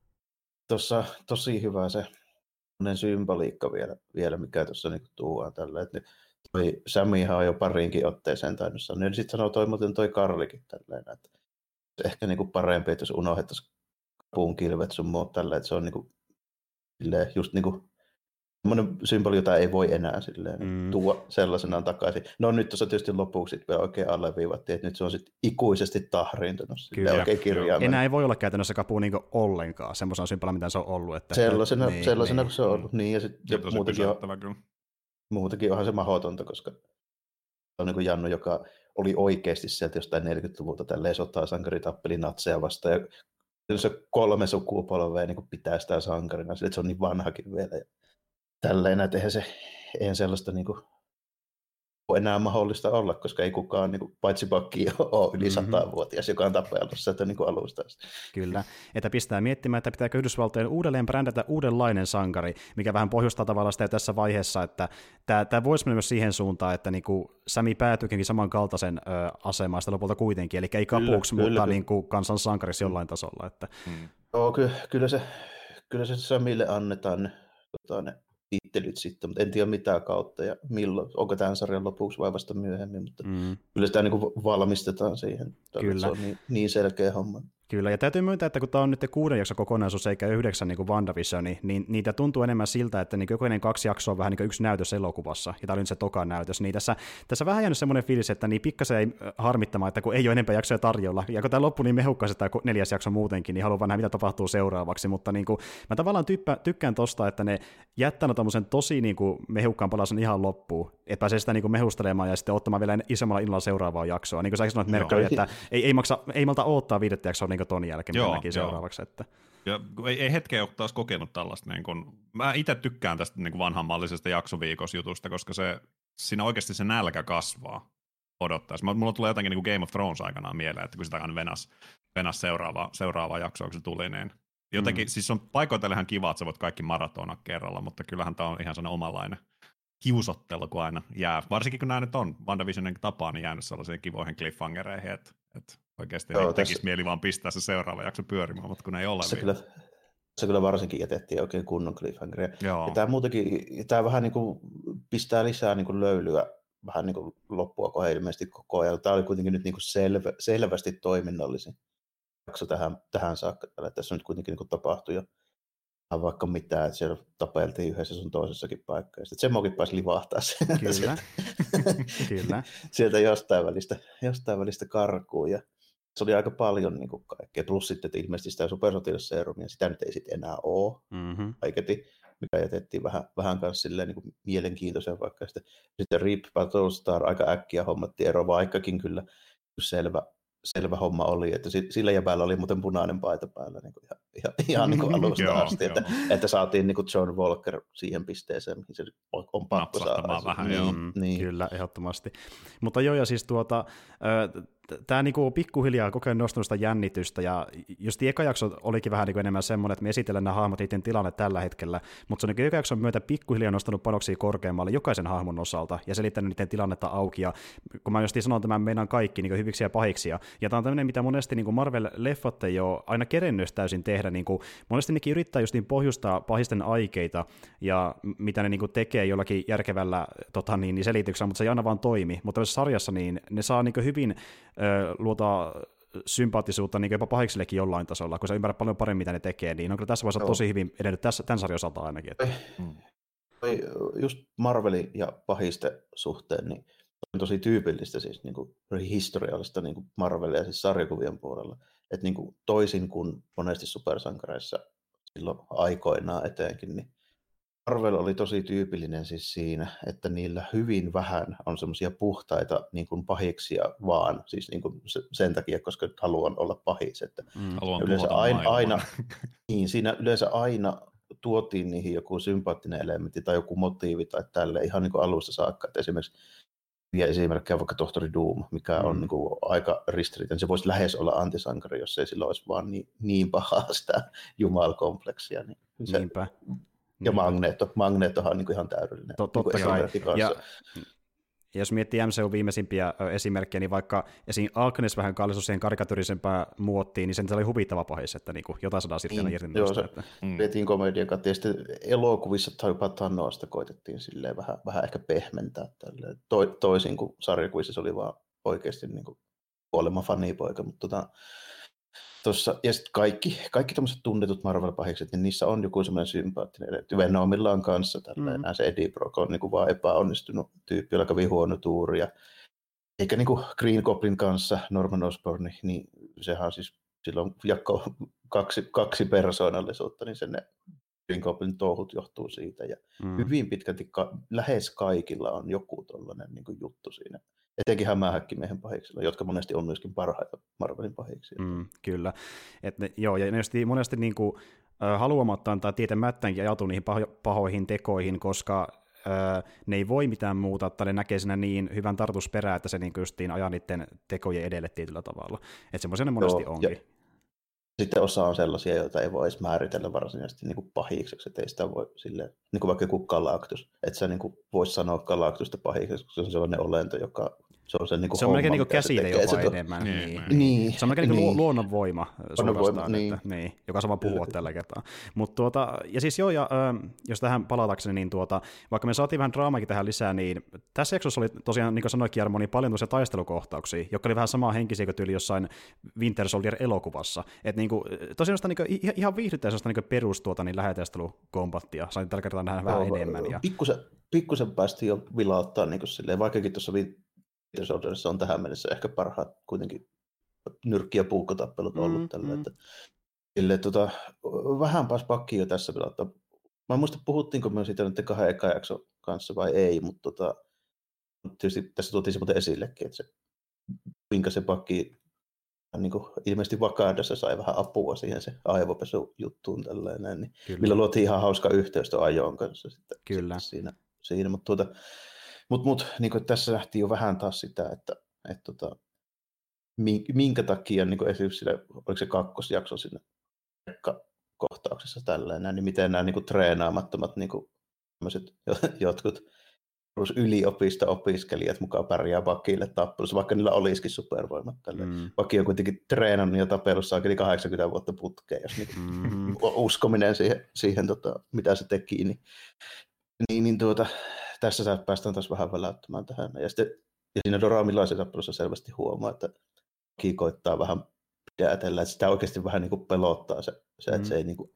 tuossa tosi hyvä se symboliikka vielä mikä tuossa niin tuodaan tällä, että toi Samihan on jo pariinkin otteeseen tainnut sanoa, niin sitten sanoo toi Karlikin tälleen, että se ehkä niin kuin parempi, että jos unohdettaisiin puun kilvet sun muut tälleen, että se on niin kuin, silleen, just niin kuin semmoinen symboli, jota ei voi enää silleen, tuoda sellaisenaan takaisin. No nyt tuossa tietysti lopuksi vielä oikein alleviivattiin, että nyt se on sitten ikuisesti tahriintunut oikein kirjaimella. Enää ei voi olla käytännössä Kapu niin ollenkaan semmoisena symbolina, mitä se on ollut. Että sellaisena kun se on ollut. Niin, ja sitten muutenkin onhan se mahdotonta, koska on niin kuin Jannu, joka oli oikeasti sieltä jostain 40-luvulta tälleen sotasankari tappeli natseja vastaan, ja se 3 sukupolvea niin pitää sitä sankarina, sillä se on niin vanhakin vielä. Ja tälleen, että eihän sellaista niin kuin ole enää mahdollista olla, koska ei kukaan, niin kuin, paitsi Bucky, ole yli 100-vuotias, joka on tapellut sieltä niin kuin alusta. Kyllä, että pistää miettimään, että pitääkö Yhdysvaltojen uudelleen brändätä uudenlainen sankari, mikä vähän pohjustaa tavallaan sitä tässä vaiheessa, että tämä voisi mennä myös siihen suuntaan, että niin kuin Sami päätyykin samankaltaisen asemaan sitä lopulta kuitenkin, eli ei Kapuksi, mutta niin kuin kansan sankarissa jollain tasolla. Että. Joo, kyllä se Samille annetaan ne tittelyt sitten, mutta en tiedä mitä kautta ja milloin. Onko tämän sarjan lopuksi vai vasta myöhemmin, mutta kyllä sitä niin kuin valmistetaan siihen. Kyllä. Se on niin selkeä homma. Kyllä, ja täytyy myöntää, että kun tämä on nyt 6 jakson kokonaisuus eikä 9 niin kuin WandaVisioni, niin niitä tuntuu enemmän siltä, että niin jokainen 2 jaksoa on vähän niin kuin yksi näytös elokuvassa, ja tämä oli nyt se toka näytös, niin tässä vähän jäänyt semmoinen fiilis, että niin pikkasen ei harmittamaan, että kun ei ole enempää jaksoja tarjolla, ja kun tämä loppu niin mehukkaasti tämä 4. jakso muutenkin, niin haluan vaan nähdä, mitä tapahtuu seuraavaksi, mutta niin kuin, mä tavallaan tykkään tosta, että ne jättää tommosen tosi niin kuin mehukkaan palasen ihan loppuun, että pääsee sitä niin kuin mehustelemaan ja sitten ottamaan vielä isommalla innolla seuraavaa jaksoa, niin kuin säkin sanoit Merkka, että ei malta odottaa 5. jaksoa niin kuin ton jälkeen, mitä näkin seuraavaksi. Että. Ja ei hetkeä ole taas kokenut tällaista. Niin kun, mä itse tykkään tästä niin vanhanmallisesta jaksoviikosjutusta, koska siinä oikeasti se nälkä kasvaa odottaessa. Mulla tulee jotenkin niin kuin Game of Thrones aikanaan mieleen, että kun sitä aina venas seuraavaa jaksoa, kun se tuli, niin jotenkin, siis on paikoitellen ihan kiva, että sä voit kaikki maratona kerralla, mutta kyllähän tämä on ihan sellainen omanlainen kiusottelu, kun aina jää. Varsinkin kun nämä nyt on WandaVisionin tapaan, niin jäänyt sellaisiin kivoihin cliffhangereihin, että oikeasti tekisi mieli vaan pistää se seuraava jakso pyörimään, mutta kun ei ole vielä. Se kyllä varsinkin jätettiin oikein kunnon cliffhangeria. Ja tämä muutenkin, tämä vähän niin kuin pistää lisää niin kuin löylyä vähän niin kuin loppua kohden ilmeisesti koko ajan. Tämä oli kuitenkin nyt niin kuin selvästi toiminnallisin jakso tähän saakka. Tässä nyt kuitenkin niin kuin tapahtui jo vaikka mitään, että siellä tapeltiin yhdessä sun toisessakin paikassa. Että semmokin pääsi livahtaa Kyllä. Kyllä. sieltä jostain välistä karkuun. Ja se oli aika paljon niin kuin kaikkea. Plus sitten, että ilmeisesti sitä supersotilasseerumia, sitä nyt ei sitten enää ole. Kaiketi, mikä jätettiin vähän kanssa silleen niin kuin mielenkiintoisen vaikka. Sitten RIP Battlestar aika äkkiä hommattiin ero, vaikkakin kyllä selvä homma oli, että sillä jäbällä oli muuten punainen paita päällä niin kuin ihan niin kuin alusta asti, että saatiin niin kuin John Walker siihen pisteeseen, mihin se on pakko saada. Vähän, niin. Kyllä, ehdottomasti. Mutta joo, ja siis tämä niinku pikkuhiljaa koko ajan nostanut sitä jännitystä, ja just eka jakso olikin vähän niinku enemmän semmoinen, että me esitellään nämä hahmot itse tilanne tällä hetkellä, mutta se on niinku eka jakson myötä pikkuhiljaa nostanut panoksia korkeammalle jokaisen hahmon osalta, ja selittänyt niiden tilannetta auki, ja kun mä just sanon tämän meidän kaikki niinku hyviksi ja pahiksi, ja tämä on tämmöinen, mitä monesti niinku Marvel-leffat ei ole aina kerennyt täysin tehdä, niinku, monesti nekin yrittää just niin pohjustaa pahisten aikeita, ja mitä ne niinku tekee jollakin järkevällä niin selityksellä, mutta se ei aina vaan toimi, mutta tässä sarjassa niin ne saa niinku hyvin luota sympaattisuutta niin jopa pahiksillekin jollain tasolla, kun sä ymmärrät paljon paremmin, mitä ne tekee, niin on kyllä tässä vaiheessa tosi hyvin edennyt tämän sarjan osalta ainakin. Just Marvelin ja pahisten suhteen, niin on tosi tyypillistä siis niin kuin historiallista niin kuin Marvelia siis sarjakuvien puolella, että niin kuin toisin kuin monesti supersankareissa silloin aikoinaan etenkin, niin Marvel oli tosi tyypillinen siis siinä, että niillä hyvin vähän on semmoisia puhtaita niin kuin pahiksia vaan, siis niin kuin sen takia, koska haluan olla pahis. Että yleensä siinä yleensä aina tuotiin niihin joku sympaattinen elementti tai joku motiivi tai tälle ihan niin kuin alusta saakka. Että esimerkiksi vaikka Tohtori Doom, mikä on niin kuin aika ristiriitainen. Se voisi lähes olla antisankari, jos ei sillä olisi vaan niin pahaa sitä jumalkompleksia. Niin niinpä. Ja Magnetohan on niin ihan täydellinen. Totta kai. Ja jos miettii MCU viimeisimpiä esimerkkejä, niin vaikka esim. Agnes vähän kallisui siihen karikatyyrisempään muottiin, niin sen oli huvittava pahis, että niin kuin jotain saadaan silti irti noista. Vietiin komedian kautta, ja sitten elokuvissa tai jopa Thanosta koitettiin silleen vähän ehkä pehmentää tälleen. Toisin kuin sarjakuvissa se oli vaan oikeasti niin kuin kuolema fanipoika, mutta ja sitten kaikki tämmöiset tunnetut Marvel-pahikset, niin niissä on joku semmoinen sympaattinen. Venomilla on kanssa tällainen, se Eddie Brock on niin vaan epäonnistunut tyyppi, jolla kävi huono tuuri. Eikä niin kuin Green Goblin kanssa, Norman Osborn, niin sehän siis silloin jakko kaksi persoonallisuutta, niin sen Green Goblin touhut johtuu siitä. Ja hyvin pitkälti lähes kaikilla on joku tollainen niin kuin juttu siinä. Etenkin hämähäkkimiehen pahiksilla, jotka monesti on myöskin parhaita Marvelin pahiksia. Kyllä. Ja ne monesti niin kuin, haluamattaan tai tietämättäänkin ajautuu niihin pahoihin tekoihin, koska ne ei voi mitään muuta, tai ne näkee siinä niin hyvän tartusperää, että se niin justiin ajaa niiden tekojen edelle tietyllä tavalla. Että semmoisia ne monesti onkin. Sitten osa on sellaisia, joita ei voi edes määritellä varsinaisesti niin kuin pahikseksi, että ei sitä voi silleen, niin kuin vaikka joku Galactus, että sä niin kuin voisi sanoa Galactusta pahikseksi, koska se on sellainen olento, joka Se on se niin kuin se on homma, melkein niin mitä se käsite tekee. jopa Se enemmän. Niin. Se on melkein niin luonnonvoima suorastaan, niin. että, niin, joka saa vaan puhua tällä kertaa. Ja siis joo, ja jos tähän palatakseni, niin vaikka me saatiin vähän draamakin tähän lisää, niin tässä jaksossa oli tosiaan, niin kuin sanoikin Jarmo, niin paljon tosiaan taistelukohtauksia, jotka oli vähän samaa henkisiä kuin tyyli jossain Winter Soldier-elokuvassa. Että niin kuin, tosiaan sitä niin ihan viihdyttää sellaista niin perus niin lähetaistelukombattia. Saatiin tällä kertaa nähdä vähän enemmän. Ja pikkusen päästiin jo vilauttaa, niin kuin silleen, vaikkakin tuossa Winter Soldierissa on tähän mennessä ehkä parhaat kuitenkin nyrkki- ja puukkotappelut ollut tällä. Että, vähän pääsi pakkiin jo tässä vilauttaa. Mä en muista, puhuttiinko me siitä nyt 2 eka jakson kanssa vai ei, mutta tietysti tässä tuotiin se muuten esillekin, että se, kuinka se pakki niin kuin ilmeisesti Wakandassa sai vähän apua siihen se aivopesujuttuun tällainen, niin millä luotiin ihan hauska yhteys tuon Ajoon kanssa sitten siinä. Mutta niin kuin tässä lähti jo vähän taas sitä, että minkä takia niin kuin esimerkiksi sille, oliko se kakkosjakso siinä kohtauksessa tällainen, niin miten nämä niin kuin treenaamattomat niin kuin jotkut yliopisto-opiskelijat mukaan pärjää Buckylle tappelussa, vaikka niillä olisikin supervoimat. Bucky on kuitenkin treenannut ja tapellut saakeli 80 vuotta putkeen, jos uskominen siihen mitä se teki. Niin tässä päästään taas vähän väläyttämään tähän. Ja siinä Doramilaisen tappelussa selvästi huomaa, että Bucky koittaa vähän pidätellä, että sitä oikeasti vähän niin kuin pelottaa se että se ei niin kuin,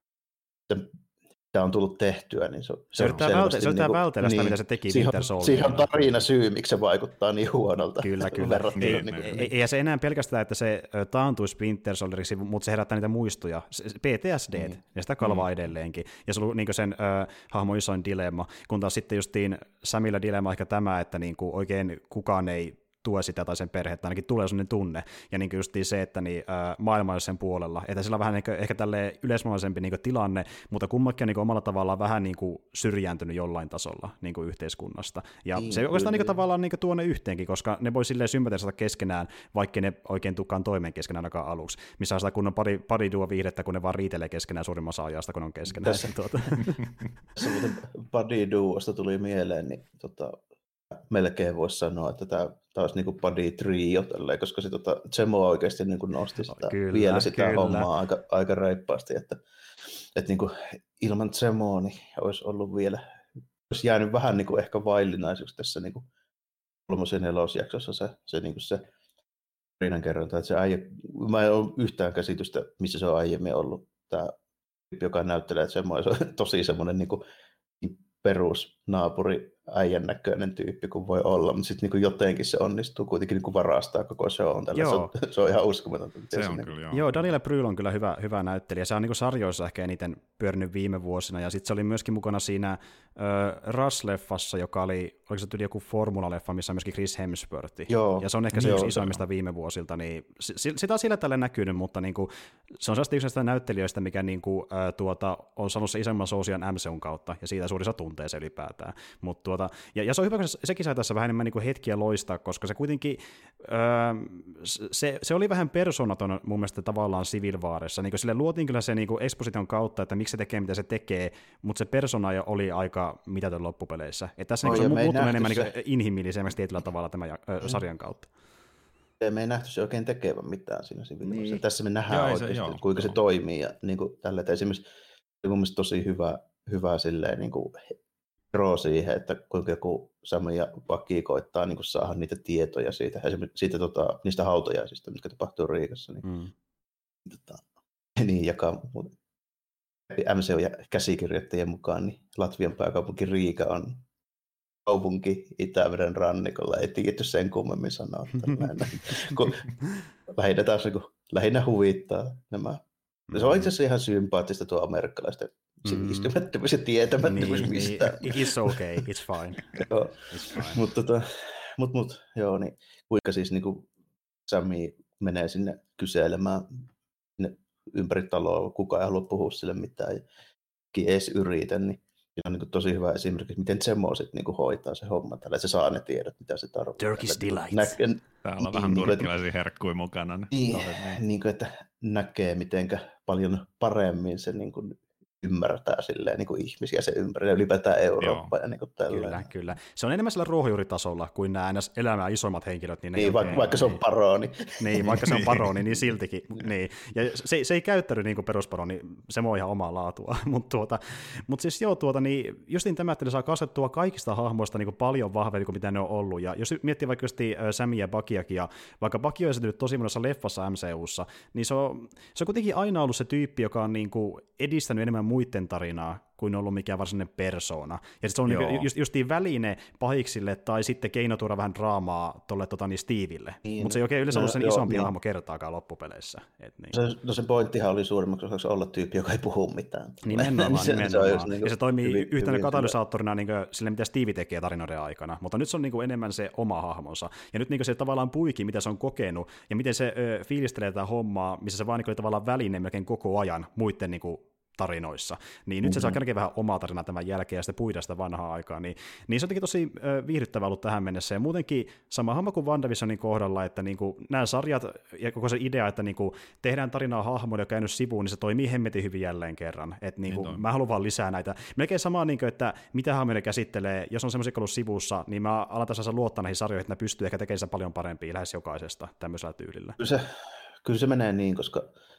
tämä on tullut tehtyä, niin se yrittää vältellä sitä, mitä se teki Winter Soldierilla. Siihen on tarina syy, miksi se vaikuttaa niin huonolta. Kyllä. Ja se enää pelkästään, että se taantuisi Winter Soldieriksi, mutta se herättää niitä muistoja. PTSD, ja sitä kalvaa edelleenkin. Ja se on niin sen hahmon isoin dilemma, kun taas sitten justiin Samilla dilemma ehkä tämä, että niin kuin oikein kukaan ei tue sitä tai sen perhettä, ainakin tulee sellainen tunne, ja niin justiin se, että maailma on sen puolella, että sillä on vähän ehkä tälleen yleismaailmaisempi tilanne, mutta kummakin on omalla tavallaan vähän syrjääntynyt jollain tasolla yhteiskunnasta, ja se oikeastaan tavallaan tuo ne yhteenkin, koska ne voi silleen sympatisoida keskenään, vaikka ne oikein tukkaan toimeen keskenään ainakaan aluksi, missä on sitä kunnon pari duo viihdettä, kun ne vaan riitelee keskenään suurimmassa ajasta, kun on keskenään. Tässä muuten buddy duosta tuli mieleen, niin melkein voisi sanoa, että tämä olisi niin kuin buddy trio, koska se Zemo oikeasti niin kuin nosti sitä, vielä sitä hommaa aika reippaasti, että niin kuin ilman Zemoa niin olisi ollut vielä, olisi jäänyt vähän niin kuin ehkä vaillinaisuus tässä niin kuin 3. ja 4. jaksossa se tarinankerronta, että se mä en ole yhtään käsitystä, missä se on aiemmin ollut, tämä tyyppi, joka näyttelee, että Zemo on tosi semmoinen niin kuin perusnaapuri äijän näköinen tyyppi kuin voi olla, mutta sitten niin jotenkin se onnistuu kuitenkin niin varastaa koko shown. Se on ihan uskomatonta. Se on kyllä, joo, Daniel Brühl on kyllä hyvä näyttelijä. Se on niin sarjoissa ehkä eniten pyörinyt viime vuosina, ja sitten se oli myöskin mukana siinä Rush-leffassa, joka oli, oliko se tuli joku Formula-leffa, missä on myöskin Chris Hemsworth. Ja se on ehkä se yksi isoimmista viime vuosilta, niin sitä on sillä tällä näkynyt, mutta niin kuin, se on sellaista yksi näistä näyttelijöistä, mikä niin kuin, on saanut se isomman sousian MCUn kautta, ja siitä suurissa tuntee se ylipäätään. Ja se on hyvä, kun sekin sai tässä vähän enemmän niin hetkiä loistaa, koska se kuitenkin, se oli vähän persoonaton mun mielestä tavallaan Civil Warissa. Niin sille luotiin kyllä se niin exposition kautta, että miksi se tekee, mitä se tekee, mutta se persona oli aika mitätön loppupeleissä. Että tässä se on muuttunut enemmän inhimillisemmäksi tietyllä tavalla tämän sarjan kautta. Me ei nähty se oikein tekevän mitään siinä Civil Warissa. Tässä me nähdään oikeasti, kuinka se toimii. Ja niin kuin tällä, että esimerkiksi oli mun mielestä tosi hyvä silleen, niin kuin siihen, että kuinka joku Sam ja Bucky koittaa niin saada niitä tietoja siitä niistä hautajaisista, mitkä tapahtuu Riikassa. Niin jakaa MCU ja käsikirjoittajien mukaan, niin Latvian pääkaupunki Riika on kaupunki Itämeren rannikolla, ei tiedetty sen kummemmin sanoa. Lähinnä huvittaa nämä. Se on itse asiassa ihan sympaattista tuo amerikkalaisten sivistymättömyys ja tietämättömyys mistään. It's okay, it's fine. Mutta joo, niin kuinka siis niin kuin Sami menee sinne kyselemään sinne ympäri taloa, kukaan ei halua puhua sille mitään, ja edes yritä, niin on niin kuin tosi hyvä esimerkki, miten Zemo sitten niin kuin hoitaa se homma, tällä se saa ne tiedot, mitä se tarvitsee. Turkish Delights. Täällä on vähän turkkilaisia herkkuja mukana. Niin kuin, että näkee, miten paljon paremmin se niin kuin ymmärtää silleen niin kuin ihmisiä sen ympärillä, ylipäätään Eurooppaa ja niin kuin tällainen. Kyllä. Se on enemmän sillä ruohonjuuritasolla kuin nämä elämää isommat henkilöt. Niin vaikka se on paroni. Niin, vaikka se on paroni, niin siltikin. Niin. Ja se ei käyttäydy niin kuin perusparoni, se on ihan omaa laatua. Mutta siis niin justiin tämä, että ne saa kasvettua kaikista hahmoista niin kuin paljon vahvemmin kuin mitä ne on ollut. Ja jos miettii vaikka just Samia ja Buckyäkin, ja vaikka Bucky on esiintynyt tosi monessa leffassa MCUssa, niin se on kuitenkin aina ollut se tyyppi, joka on niin kuin edistänyt enemmän muiden tarinaa kuin ollut mikään varsinainen persoona. Ja se on niin justiin väline pahiksille tai sitten keino tuoda vähän draamaa tuolle Stevelle. Niin, mutta se ei oikein yleensä ollut sen isompi hahmo kertaakaan loppupeleissä. Se pointtihan oli suurimmaksi osaksi olla tyyppi, joka ei puhu mitään. Nimenomaan. Ja se toimii yhtenä katalysaattorina niin sille, mitä Steve tekee tarinoiden aikana. Mutta nyt se on niin enemmän se oma hahmonsa. Ja nyt niin se tavallaan puikin, mitä se on kokenut, ja miten se fiilistelee tätä hommaa, missä se vaan niin oli tavallaan väline melkein koko ajan muiden niin tarinoissa. Niin nyt se saa ainakin vähän omaa tarinaa tämän jälkeen ja sitten puida sitä vanhaa aikaa. Niin se on jotenkin tosi viihdyttävä ollut tähän mennessä. Ja muutenkin sama homma kuin WandaVisionin kohdalla, että niinku, nämä sarjat ja koko se idea, että niinku, tehdään tarinaa hahmoille, joka on käynyt sivuun, niin se toimii hemmetin hyvin jälleen kerran. Et niinku, mä haluan vaan lisää näitä. Melkein samaa, niinku, että mitä hahmoille käsittelee, jos on semmoisia ollut sivussa, niin mä alan tässä luottaa näihin sarjoihin, että ne pystyy ehkä tekemään paljon parempia lähes jokaisesta tämmöisellä tyylillä. Kyllä se menee niin, koska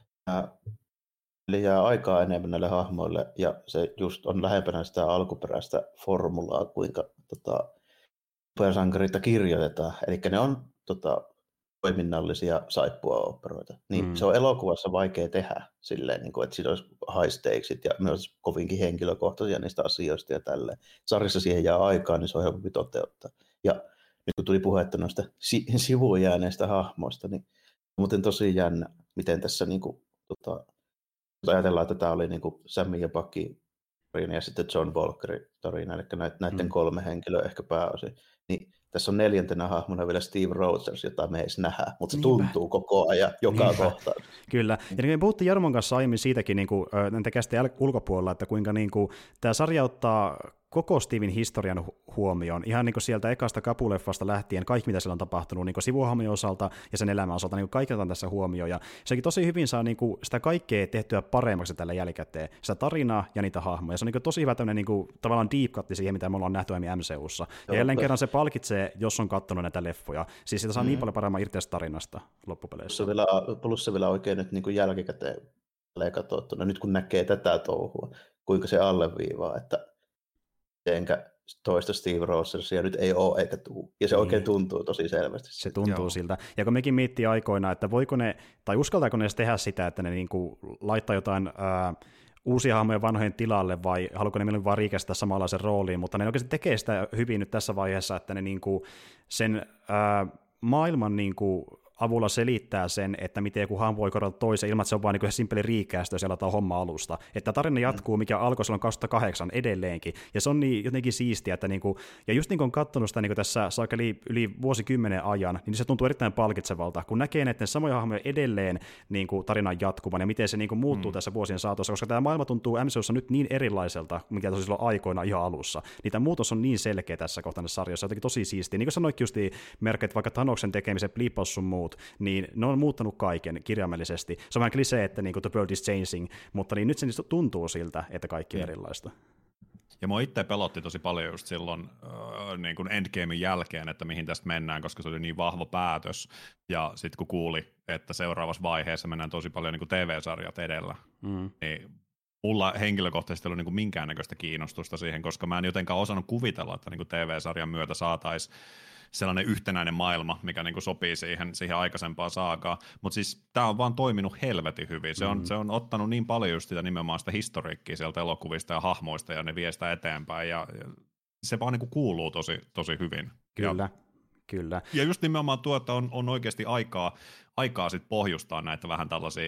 eli jää aikaa enemmän näille hahmoille, ja se just on lähempänä sitä alkuperäistä formulaa, kuinka supersankareita kirjoitetaan. Eli ne on toiminnallisia saippuaoperoita. Niin se on elokuvassa vaikea tehdä silleen, niin kuin, että siinä olisi high stakesit ja myös kovinkin henkilökohtaisia niistä asioista ja tälleen. Sarjassa siihen jää aikaa, niin se on helpompi toteuttaa. Ja nyt kun tuli puhetta noista sivuun jääneistä hahmoista, niin muuten tosi jännä, miten tässä niin kuin, ajatellaan, että tämä oli niin kuin Sammy ja Bucky tarina ja sitten John Walkerin tarina, eli näiden 3 henkilöä ehkä pääosin. Niin tässä on 4. hahmona vielä Steve Rogers, jota me ei edes nähdä, mutta se tuntuu koko ajan, joka kohtaan. Kyllä. Ja niin me puhuttiin Jarmon kanssa aiemmin siitäkin niin kuin, näitä käsitteen ulkopuolella, että kuinka niin kuin, tämä sarja ottaa koko Steven historian huomioon, ihan niin kuin sieltä ekasta Kapuleffasta lähtien, kaikki mitä siellä on tapahtunut, niin kuin sivuhahmojen osalta ja sen elämän osalta, niin kaikki otetaan tässä huomioon, ja sekin tosi hyvin saa niin kuin sitä kaikkea tehtyä paremmaksi tällä jälkikäteen, sitä tarinaa ja niitä hahmoja. Se on niin kuin tosi hyvä tämmöinen niin kuin, tavallaan deep cut siihen, mitä me ollaan nähty aiemmin MCUssa. Ja jälleen kerran se palkitsee, jos on katsonut näitä leffoja. Siis sitä saa niin paljon paremmin irti tästä tarinasta loppupeleissä. Plus se vielä oikein nyt niin kuin jälkikäteen katsottuna, nyt kun näkee tätä touhua, kuinka se alleviivaa, että enkä toista Steve Rogersia nyt ei ole eikä tule. Ja se oikein tuntuu tosi selvästi. Se tuntuu siltä. Ja kun mekin miettii aikoina, että voiko ne, tai uskaltaako ne edes tehdä sitä, että ne niinku laittaa jotain uusia hahmoja vanhojen tilalle, vai haluatko ne vaan riikästää samanlaisen rooliin, mutta ne oikeasti tekee sitä hyvin nyt tässä vaiheessa, että ne niinku sen maailman niinku avulla selittää sen, että miten joku hahmo voi korjata toisen ilman, että se on vain niin simppeli riikästö ja siellä aloittaa homma alusta. Että tarina jatkuu, mikä alkoi silloin 2008 edelleenkin, ja se on niin jotenkin siistiä, että niinku, ja just niin kuin on katsonut sitä niinku tässä saakeli yli vuosikymmenen ajan, niin se tuntuu erittäin palkitsevalta, kun näkee näiden samoja hahmoja edelleen niinku tarinan jatkuvan, ja miten se niinku muuttuu tässä vuosien saatossa, koska tämä maailma tuntuu MCUssa nyt niin erilaiselta, mikä tosi silloin aikoina ihan alussa. Niin tämä muutos on niin selkeä tässä kohtaa sarjassa, jotenkin tosi siistiä. Niin kuin sanoitkin justiin merkit, vaikka Thanoksen tekemisen bliippaus sun muut, niin ne on muuttanut kaiken kirjaimellisesti. Se on vähän klisee, että niin kuin the world is changing, mutta niin nyt se tuntuu siltä, että kaikki on erilaista. Ja mua itse pelotti tosi paljon just silloin niin kuin Endgamein jälkeen, että mihin tästä mennään, koska se oli niin vahva päätös. Ja sitten kun kuuli, että seuraavassa vaiheessa mennään tosi paljon niin kuin TV-sarjat edellä, niin mulla henkilökohtaisesti ei ollut niin kuin minkäännäköistä kiinnostusta siihen, koska mä en jotenkaan osannut kuvitella, että niin kuin TV-sarjan myötä saataisiin sellainen yhtenäinen maailma, mikä niin kuin sopii siihen aikaisempaan saakaan. Mutta siis tämä on vaan toiminut helvetin hyvin. Se on ottanut niin paljon just sitä nimenomaan sitä historiikkia sieltä elokuvista ja hahmoista, ja ne vie sitä eteenpäin, ja se vaan niin kuin kuuluu tosi hyvin. Kyllä. Ja just nimenomaan tuo, että on oikeasti aikaa sit pohjustaa näitä vähän tällaisia,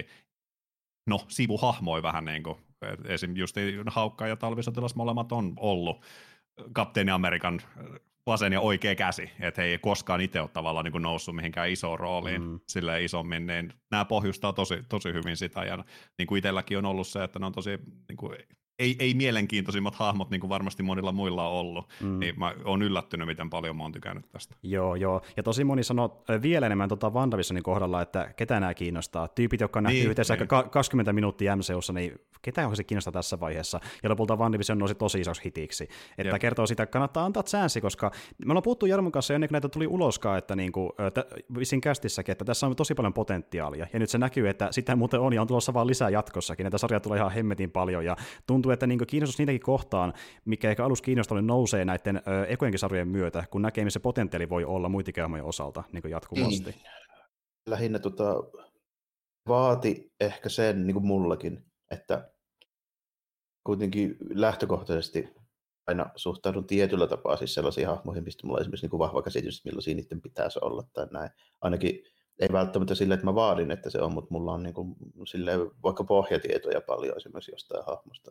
sivuhahmoja vähän niin kuin, esim. Just Haukka ja Talvisotilas molemmat on ollut Kapteeni Amerikan vasen ja oikea käsi, että he ei koskaan itse ole tavallaan niin kuin noussut mihinkään isoon rooliin silleen isommin, niin nämä pohjustaa tosi hyvin sitä, ja niin kuin itselläkin on ollut se, että ne on tosi niin kuin ei mielenkiintoisimmat hahmot, niin kuin varmasti monilla muilla on ollut, niin mä oon yllättynyt, miten paljon mä oon tykännyt tästä. Joo, ja tosi moni sanoo vielä enemmän WandaVisionin kohdalla, että ketä nämä kiinnostaa. Tyypit, jotka on nähty yhteensä 20 minuuttia MCUssa, niin ketä se kiinnostaa tässä vaiheessa. Ja lopulta WandaVision nousi tosi isoksi hitiksi. Että kertoo sitä, että kannattaa antaa chanssi, koska me ollaan puhuttu Jarmon kanssa ennen kuin näitä tuli uloskaan, että niinku, visin kästissäkin, että tässä on tosi paljon potentiaalia. Ja nyt se näkyy, että sitä muuten on, ja on tulossa vaan lisää jatkossakin. Näitä sarjaa tulee ihan hemmetin paljon, ja tuntuu, että niinku kiinnostus niitäkin kohtaan, mikä eikä alus kiinnostanut, nousee näiden ekojenkin sarjojen myötä, kun näkee, missä potentiaali voi olla muidenkin hahmojen osalta niin jatkuvasti. Lähinnä vaati ehkä sen niin kuin mullakin, että kuitenkin lähtökohtaisesti aina suhtaudun tietyllä tapaa siis sellaisiin hahmoihin, mistä mulla on esimerkiksi niin kuin vahva käsitys, millaisia niiden pitäisi olla tai näin. Ainakin ei välttämättä sille, että mä vaadin, että se on, mutta mulla on niin kuin, silleen, vaikka pohjatietoja paljon esimerkiksi jostain hahmosta.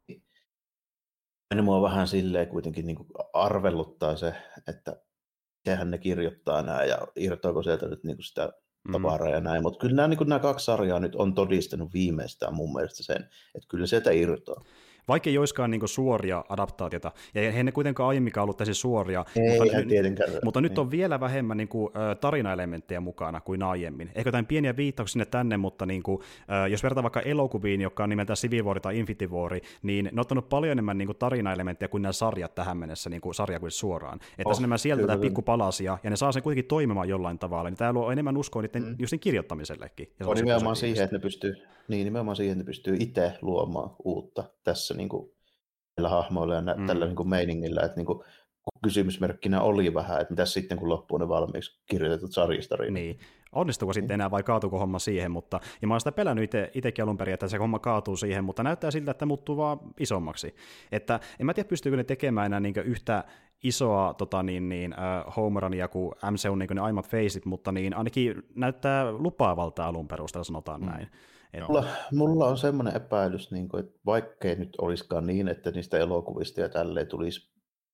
Mua vähän silleen kuitenkin niin kuin arvelluttaa se, että mitenhän ne kirjoittaa nämä ja irtoako sieltä nyt niin kuin sitä tavaraa ja näin. Mutta kyllä nämä 2 sarjaa nyt on todistanut viimeistään mun mielestä sen, että kyllä sieltä irtoaa. Vaikka ei olisikaan niin suoria adaptaatiota, ja eihän ne kuitenkaan aiemminkaan ollut täysin suoria, mutta nyt on vielä vähemmän niin kuin, tarinaelementtejä mukana kuin aiemmin. Ehkä jotain pieniä viittauksia sinne tänne, mutta niin kuin, jos vertaa vaikka elokuviin, joka on nimeltään Civil War tai Infinity War, niin ne on ottanut paljon enemmän niin kuin tarinaelementtejä kuin nämä sarjat tähän mennessä, niin kuin sarja kuin suoraan. Että tässä on enemmän sieltä tätä pikkupalasia, ja ne saa sen kuitenkin toimimaan jollain tavalla, niin tämä luo enemmän uskoa niiden just kirjoittamisellekin. On nimenomaan siihen, että ne pystyy itse luomaan uutta tässä niin kuin näillä hahmoilla ja tällä niin kuin meiningillä, että niin kuin kysymysmerkkinä oli vähän, että mitäs sitten kun loppuu ne valmiiksi kirjoitetut sarjistarinat. Niin. Onnistuuko sitten enää vai kaatuuko homma siihen, mutta, ja mä oon sitä pelännyt itsekin alun perin, että se homma kaatuu siihen, mutta näyttää siltä, että muuttuu vaan isommaksi. Että en mä tiedä, pystyykö ne tekemään enää niin yhtä isoa homerania kuin MCU niin kuin ne aiemmat feisit, mutta niin ainakin näyttää lupaavalta alun perusteella, sanotaan näin. Mulla on semmoinen epäilys, niin kuin, että vaikkei nyt olisikaan niin, että niistä elokuvista ja tälleen tulisi,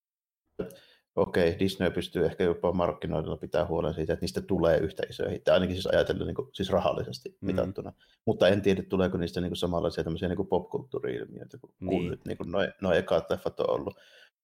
okei, Disney pystyy ehkä jopa markkinoilla pitää huolen siitä, että niistä tulee yhtä isoja hittejä, ainakin siis ajatellen niin kuin, siis rahallisesti mitattuna. Mutta en tiedä, tuleeko niistä niin kuin samanlaisia tämmöisiä niin kuin popkulttuuri-ilmiöitä, kun nyt niin kuin noi ekat leffat on ollut.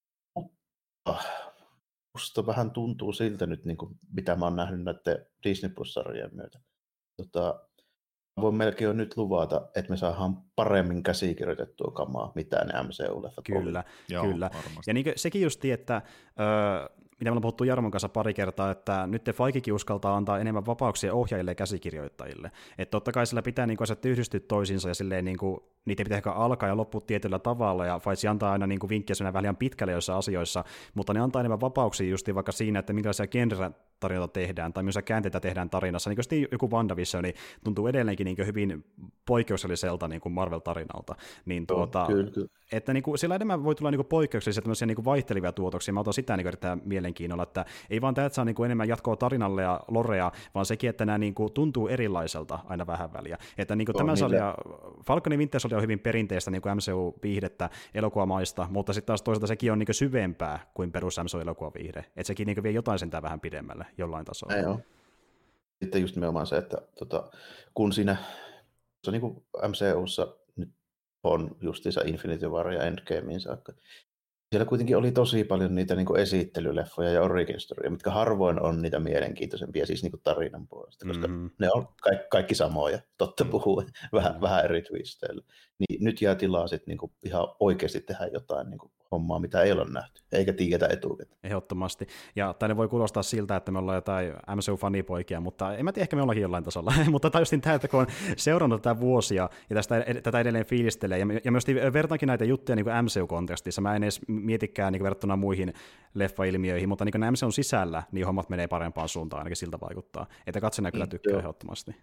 Musta vähän tuntuu siltä nyt, niin kuin, mitä mä oon nähnyt näiden Disney Plus-sarjojen myötä. Voin melkein jo nyt luvata, että me saadaan paremmin käsikirjoitettua kamaa, mitä ne MCU-leffat Kyllä. Ja niin sekin justi, että mitä me ollaan puhuttu Jarmon kanssa pari kertaa, että nyt Feigekin uskaltaa antaa enemmän vapauksia ohjaajille ja käsikirjoittajille. Että totta kai sillä pitää niin asiat yhdistyä toisiinsa, ja silleen niin kuin, niitä pitää ehkä alkaa ja loppua tietyllä tavalla, ja Feige antaa aina niin kuin vinkkejä vähän liian pitkälle joissain asioissa, mutta ne antaa enemmän vapauksia just vaikka siinä, että minkälaisia genre-tarinoita tehdään, tai millaisia käänteitä tehdään tarinassa. Niin kuin joku WandaVision niin tuntuu edelleenkin niin hyvin poikkeukselliselta niin kuin Marvel-tarinalta. Niin kyllä. Että niin kuin, siellä enemmän voi tulla niin kuin poikkeuksellisia tämmöisiä niin kuin vaihtelevia tuotoksia. Mä otan sitä niin erittäin mielenkiinnolla, että ei vaan tämä, että saa niin kuin enemmän jatkoa tarinalle ja lorea, vaan sekin, että nämä niin kuin tuntuu erilaiselta aina vähän väliä. Että niin kuin tämä sarja, Falconin Winter Soldier on hyvin perinteistä niin kuin MCU-viihdettä elokuvamaista, mutta sitten taas toisaalta sekin on niin kuin syvempää kuin perus MCU-elokuvaviihde. Että sekin niin kuin vie jotain sentään vähän pidemmälle jollain tasolla. Joo. Sitten just nimenomaan se, että kun siinä se niin kuin MCUssa nyt on justiinsa Infinity War ja Endgamein saakka, siellä kuitenkin oli tosi paljon niitä niin kuin esittelyleffoja ja origin storyja, mitkä harvoin on niitä mielenkiintoisempia, siis niin kuin tarinan puolesta, koska ne on kaikki samoja, totta puhuen, vähän eri twisteillä. Niin nyt jää tilaa sitten niin kuin ihan oikeasti tehdä jotain niin kuin hommaa, mitä ei ole nähty, eikä tiedetä etukäteen. Ehdottomasti. Ja tänne voi kuulostaa siltä, että me ollaan jotain MCU-fanipoikia, mutta en mä tiedä, ehkä me ollakin jollain tasolla. Mutta tämä just tämä, että kun on seurannut tätä vuosia ja tätä edelleen fiilistelee, ja myös vertaankin näitä juttuja niin kuin MCU-kontekstissa, mä en edes mietikään niin verrattuna muihin leffailmiöihin, mutta niin MCUn sisällä niin hommat menee parempaan suuntaan, ainakin siltä vaikuttaa. Että katsojana kyllä tykkää ehdottomasti.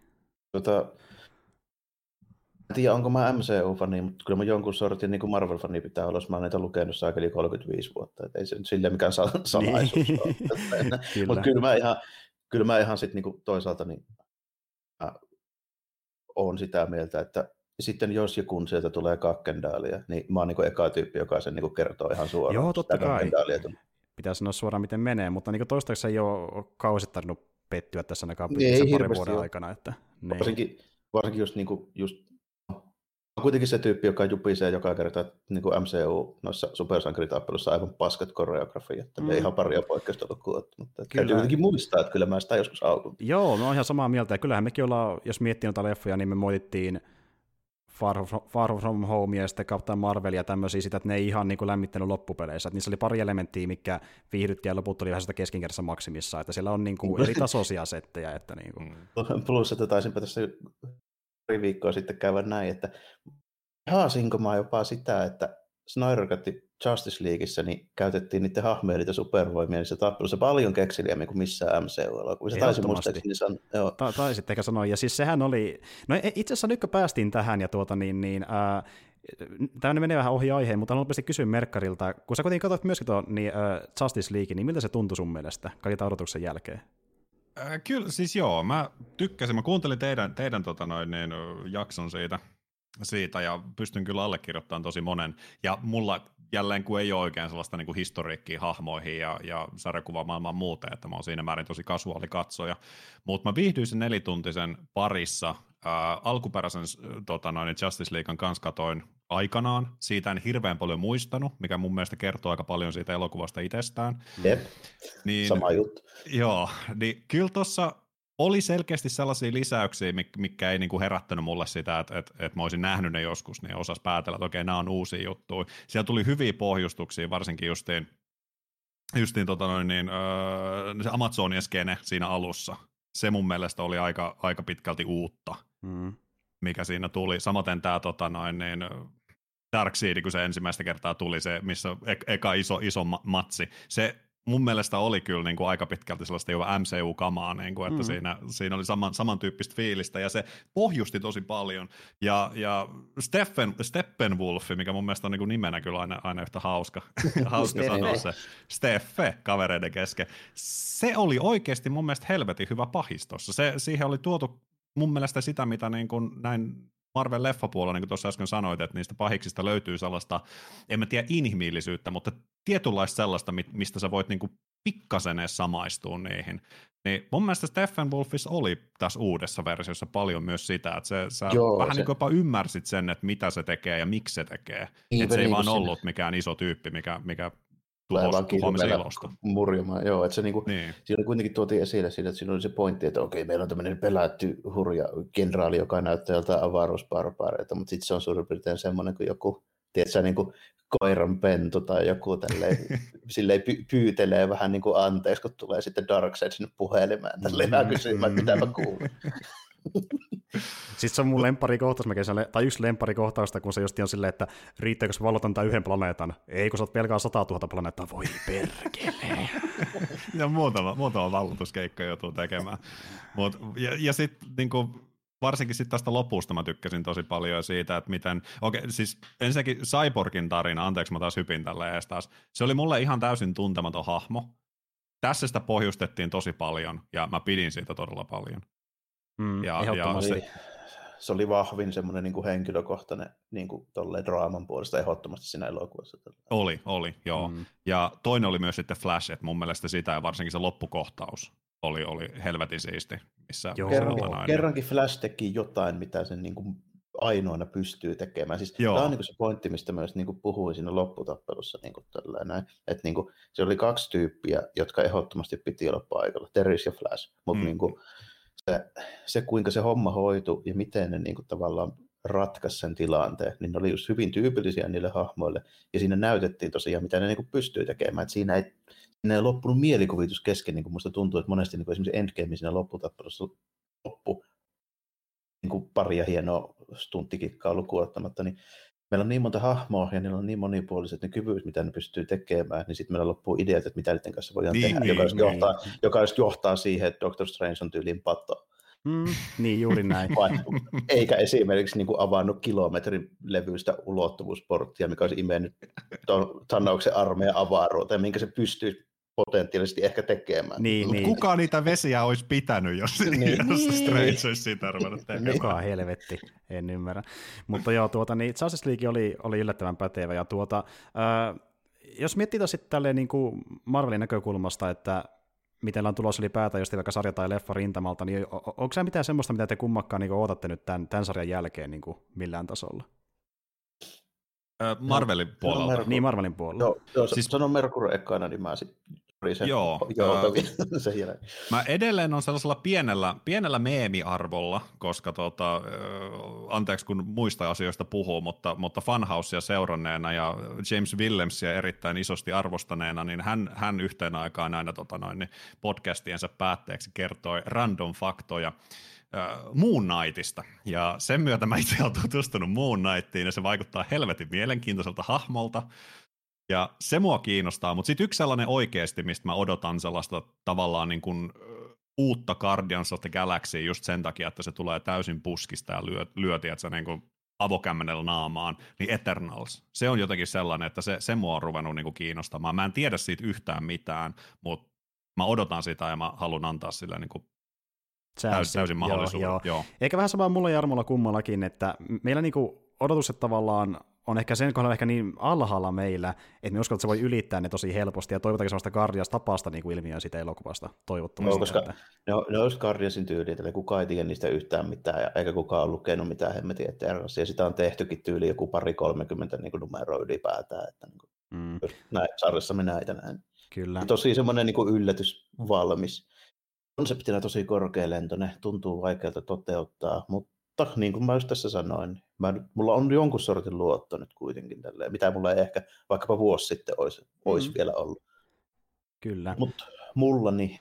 En tiedä, onko mä MCU-fani, mutta kyllä mä jonkun sortin niin kuin Marvel-fani pitää olla, jos mä oon näitä lukenut saakeli 35 vuotta. Et ei se nyt silleen mikään salaisuus ole. Mutta kyllä mä ihan sit niinku toisaalta niin, oon sitä mieltä, että sitten jos ja kun sieltä tulee Kakkendaalia, niin mä oon niinku eka tyyppi, joka sen niinku kertoo ihan suoraan. Joo, totta kai. Pitää sanoa suoraan, miten menee, mutta niinku toistaiseksi ei ole kausit tarvinnut pettyä tässä ainakaan parin vuoden aikana. Että, niin. Varsinkin just, niinku, just on kuitenkin se tyyppi, joka jupisee joka kerta niin kuin MCU noissa supersankaritappelussa aivan paskat koreografiat. Ihan paria poikkeusta lukuun ottamatta. Täytyy kuitenkin muistaa, että kyllä mä sitä joskus haukun. Joo, mä oon ihan samaa mieltä. Ja kyllähän mekin ollaan, jos miettii noita leffoja, niin me moitittiin Far From Home ja sitten Captain Marvel ja tämmöisiä sitä, että ne ei ihan niin kuin lämmittänyt loppupeleissä. Että niissä oli pari elementtiä, mikä viihdytti ja loput oli vähän sitä keskinkertaisessa maksimissa. Että siellä on niin kuin eri tasoisia settejä. Että niin kuin. Plus, että taisinpä tässä pari viikkoa sitten käydä näin, että haasinko mä jopa sitä, että Snyder Cutin Justice Leagueissä niin käytettiin niiden hahmoja niitä supervoimia niissä tappeluissa paljon kekseliämmin kuin missään MCU-elokuvissa. Taisi muistaakseni sanoa. Taisit ehkä sanoa, ja siis sehän oli, no itse asiassa nyt kun päästiin tähän, ja tämä menee vähän ohi aiheen, mutta haluan nopeasti kysyä Merkkarilta, kun sä kuitenkin katsoit myöskin tuon Justice League, niin miltä se tuntui sun mielestä kaiken odotuksen jälkeen? Kyllä, siis joo, mä tykkäsin, mä kuuntelin teidän jakson siitä ja pystyn kyllä allekirjoittamaan tosi monen. Ja mulla jälleen kun ei ole oikein sellaista niin kuin historiikkiä hahmoihin ja sarjakuvamaailmaan muuten, että mä oon siinä määrin tosi kasuaali katsoja. Mutta mä viihdyin sen 4-tuntisen parissa. Alkuperäisen Justice Leaguean kanssa katoin aikanaan. Siitä en hirveän paljon muistanut, mikä mun mielestä kertoo aika paljon siitä elokuvasta itsestään. Jep, niin, sama juttu. Joo, niin kyllä tuossa oli selkeästi sellaisia lisäyksiä, mikä ei niinku herättänyt mulle sitä, että mä olisin nähnyt ne joskus, niin osas päätellä, että okei, nämä on uusia juttuja. Siellä tuli hyviä pohjustuksia, varsinkin justiin se Amazonien skene siinä alussa. Se mun mielestä oli aika pitkälti uutta, mikä siinä tuli. Samaten tämä Darkseid, kun se ensimmäistä kertaa tuli, se missä eka iso matsi, se mun mielestä oli kyllä niin kuin aika pitkälti sellaista jo MCU-kamaa, niin kuin, että siinä oli samantyyppistä fiilistä, ja se pohjusti tosi paljon. Ja Steppenwolf, mikä mun mielestä on niin kuin nimenä kyllä aina yhtä hauska sanoa se, Steffe kavereiden kesken, se oli oikeasti mun mielestä helvetin hyvä pahis tossa. Siihen oli tuotu mun mielestä sitä, mitä niin kuin näin Marvel-leffapuolella, niin kuin tuossa äsken sanoit, että niistä pahiksista löytyy sellaista, en mä tiedä inhimillisyyttä, mutta tietynlaista sellaista, mistä sä voit niin kuin pikkasen edes samaistua niihin. Niin mun mielestä Steppenwolfissa oli tässä uudessa versiossa paljon myös sitä, että sä vähän niin kuin jopa ymmärsit sen, että mitä se tekee ja miksi se tekee. Että se ei vaan ollut mikään iso tyyppi, mikä tuhoamisen ilosta. Murjumaan, joo, että se siinä kuitenkin tuotiin esille siitä, että siinä oli se pointti, että okei, meillä on tämmöinen pelätty hurja kenraali, joka näyttää joltain avaruusbarbareita, mutta sitten se on suurin piirtein semmoinen kuin joku, tiedätkö, niin kuin koiran pentu tai joku tälleen, silleen pyytelee vähän niin kuin anteeksi, kun tulee sitten Darkseid sinne puhelimeen, tälleen vähän kysymään, mitä mä kuulun. Sitten se on mun lempparikohtaus, tai yksi lempparikohtausta, kun se just on silleen, että riittääkö se vallotan tämän yhden planeetan? Ei, kun sä oot pelkää 100 000 planeettaa, voi perkele. Ja muutama vallotuskeikka joutuu tekemään. Ja sitten niinku, varsinkin sitten tästä lopusta mä tykkäsin tosi paljon siitä, että miten, siis ensinnäkin Cyborgin tarina, anteeksi mä taas hypin tälle ees taas, se oli mulle ihan täysin tuntematon hahmo. Tässä sitä pohjustettiin tosi paljon, ja mä pidin siitä todella paljon. Se oli vahvin semmoinen niin kuin henkilökohtainen niin kuin draaman puolesta ehdottomasti siinä elokuvassa. Oli, joo. Ja toinen oli myös sitten Flash, että mun mielestä sitä ja varsinkin se loppukohtaus oli helvetin siisti. Kerrankin Flash teki jotain, mitä sen niin kuin ainoana pystyy tekemään. Siis tämä on niin kuin se pointti, mistä myös niin kuin puhuin siinä lopputappelussa. Niin kuin että niin kuin, se oli 2 tyyppiä, jotka ehdottomasti piti olla paikalla, Teris ja Flash. Mutta niin kuin, se, kuinka se homma hoitui ja miten ne niin kuin tavallaan ratkaisi sen tilanteen, niin ne oli just hyvin tyypillisiä niille hahmoille. Ja siinä näytettiin tosiaan, mitä ne niin kuin pystyy tekemään. Että siinä ei loppunut mielikuvitus kesken, niin kuin musta tuntuu, että monesti niin kuin esimerkiksi Endgame siinä lopputappelussa loppu niin kuin paria hienoa stunttikikkaa lukuun ottamatta, niin meillä on niin monta hahmoa ja niillä on niin monipuoliset ne kyvyt, mitä ne pystyy tekemään, niin sitten meillä loppuu ideat, että mitä niiden kanssa voidaan tehdä, joka johtaa siihen, että Doctor Strange on tyyliin pato. Niin, juuri näin. Eikä esimerkiksi niin kuin avannut kilometrin levyistä ulottuvuusporttia, mikä olisi imennyt Thanouksen armeijan avaruuteen, minkä se pystyy potentiaalisesti ehkä tekemään. Niin. Kuka niitä vesiä olisi pitänyt, jos Strange olisi sitä ruvennut tekemään? Kuka helvetti, en ymmärrä. Mutta joo, Justice League oli yllättävän pätevä. Ja jos miettii sitten tälleen niin kuin Marvelin näkökulmasta, että miten on tulossa ylipäätään, jos vaikka sarja tai leffa rintamalta, niin onko se mitään semmoista, mitä te kummakkaan niin odotatte nyt tämän sarjan jälkeen niin kuin millään tasolla? Marvelin puolelta. Niin, Marvelin puolella. Joo, siis, sanon Mercury ekana, niin mä sitten sen jälkeen. Mä edelleen on sellaisella pienellä meemiarvolla, koska anteeksi kun muista asioista puhuu, mutta Funhousea seuranneena ja James Willemsia erittäin isosti arvostaneena, niin hän yhteen aikaan aina podcastiensa päätteeksi kertoi random faktoja Moon Knightista, ja sen myötä mä itse olen tutustunut Moon Knightiin, ja se vaikuttaa helvetin mielenkiintoiselta hahmolta, ja se mua kiinnostaa, mutta sitten yksi sellainen oikeasti, mistä mä odotan sellaista tavallaan niin kuin uutta Guardians of the Galaxy just sen takia, että se tulee täysin puskista ja lyöti, että se niin kuin avokämmenellä naamaan, niin Eternals. Se on jotenkin sellainen, että se mua on ruvennut niin kuin kiinnostamaan. Mä en tiedä siitä yhtään mitään, mutta mä odotan sitä ja mä haluan antaa sille niin kuin täysin mahdollisuuden. Joo. Eikä vähän sama mulla ja Jarmolla kummallakin, että meillä niinku odotukset tavallaan on ehkä sen kohdalla ehkä niin alhaalla meillä, että me uskon, että se voi ylittää ne tosi helposti, ja toivotaankin sellaista Guardians-tapaista niin kuin ilmiöä siitä elokuvasta, toivottavasti. No, koska ne on just Guardiansin tyyliä, että kukaan ei tiedä niistä yhtään mitään, eikä kukaan ole lukenut mitään hemmetin Eternals, ja sitä on tehtykin tyyli joku 30 niin numeroa ylipäätään, että niin sarjassamme näitä näin. Kyllä. Tosi semmoinen niin yllätys valmis. Konseptina tosi korkealentoinen, tuntuu vaikealta toteuttaa, mutta niin kuin mä just tässä sanoin, mulla on jonkun sortin luotto nyt kuitenkin tälleen, mitä mulla ei ehkä vaikkapa vuosi sitten olisi vielä ollut. Kyllä. Mutta mulla niin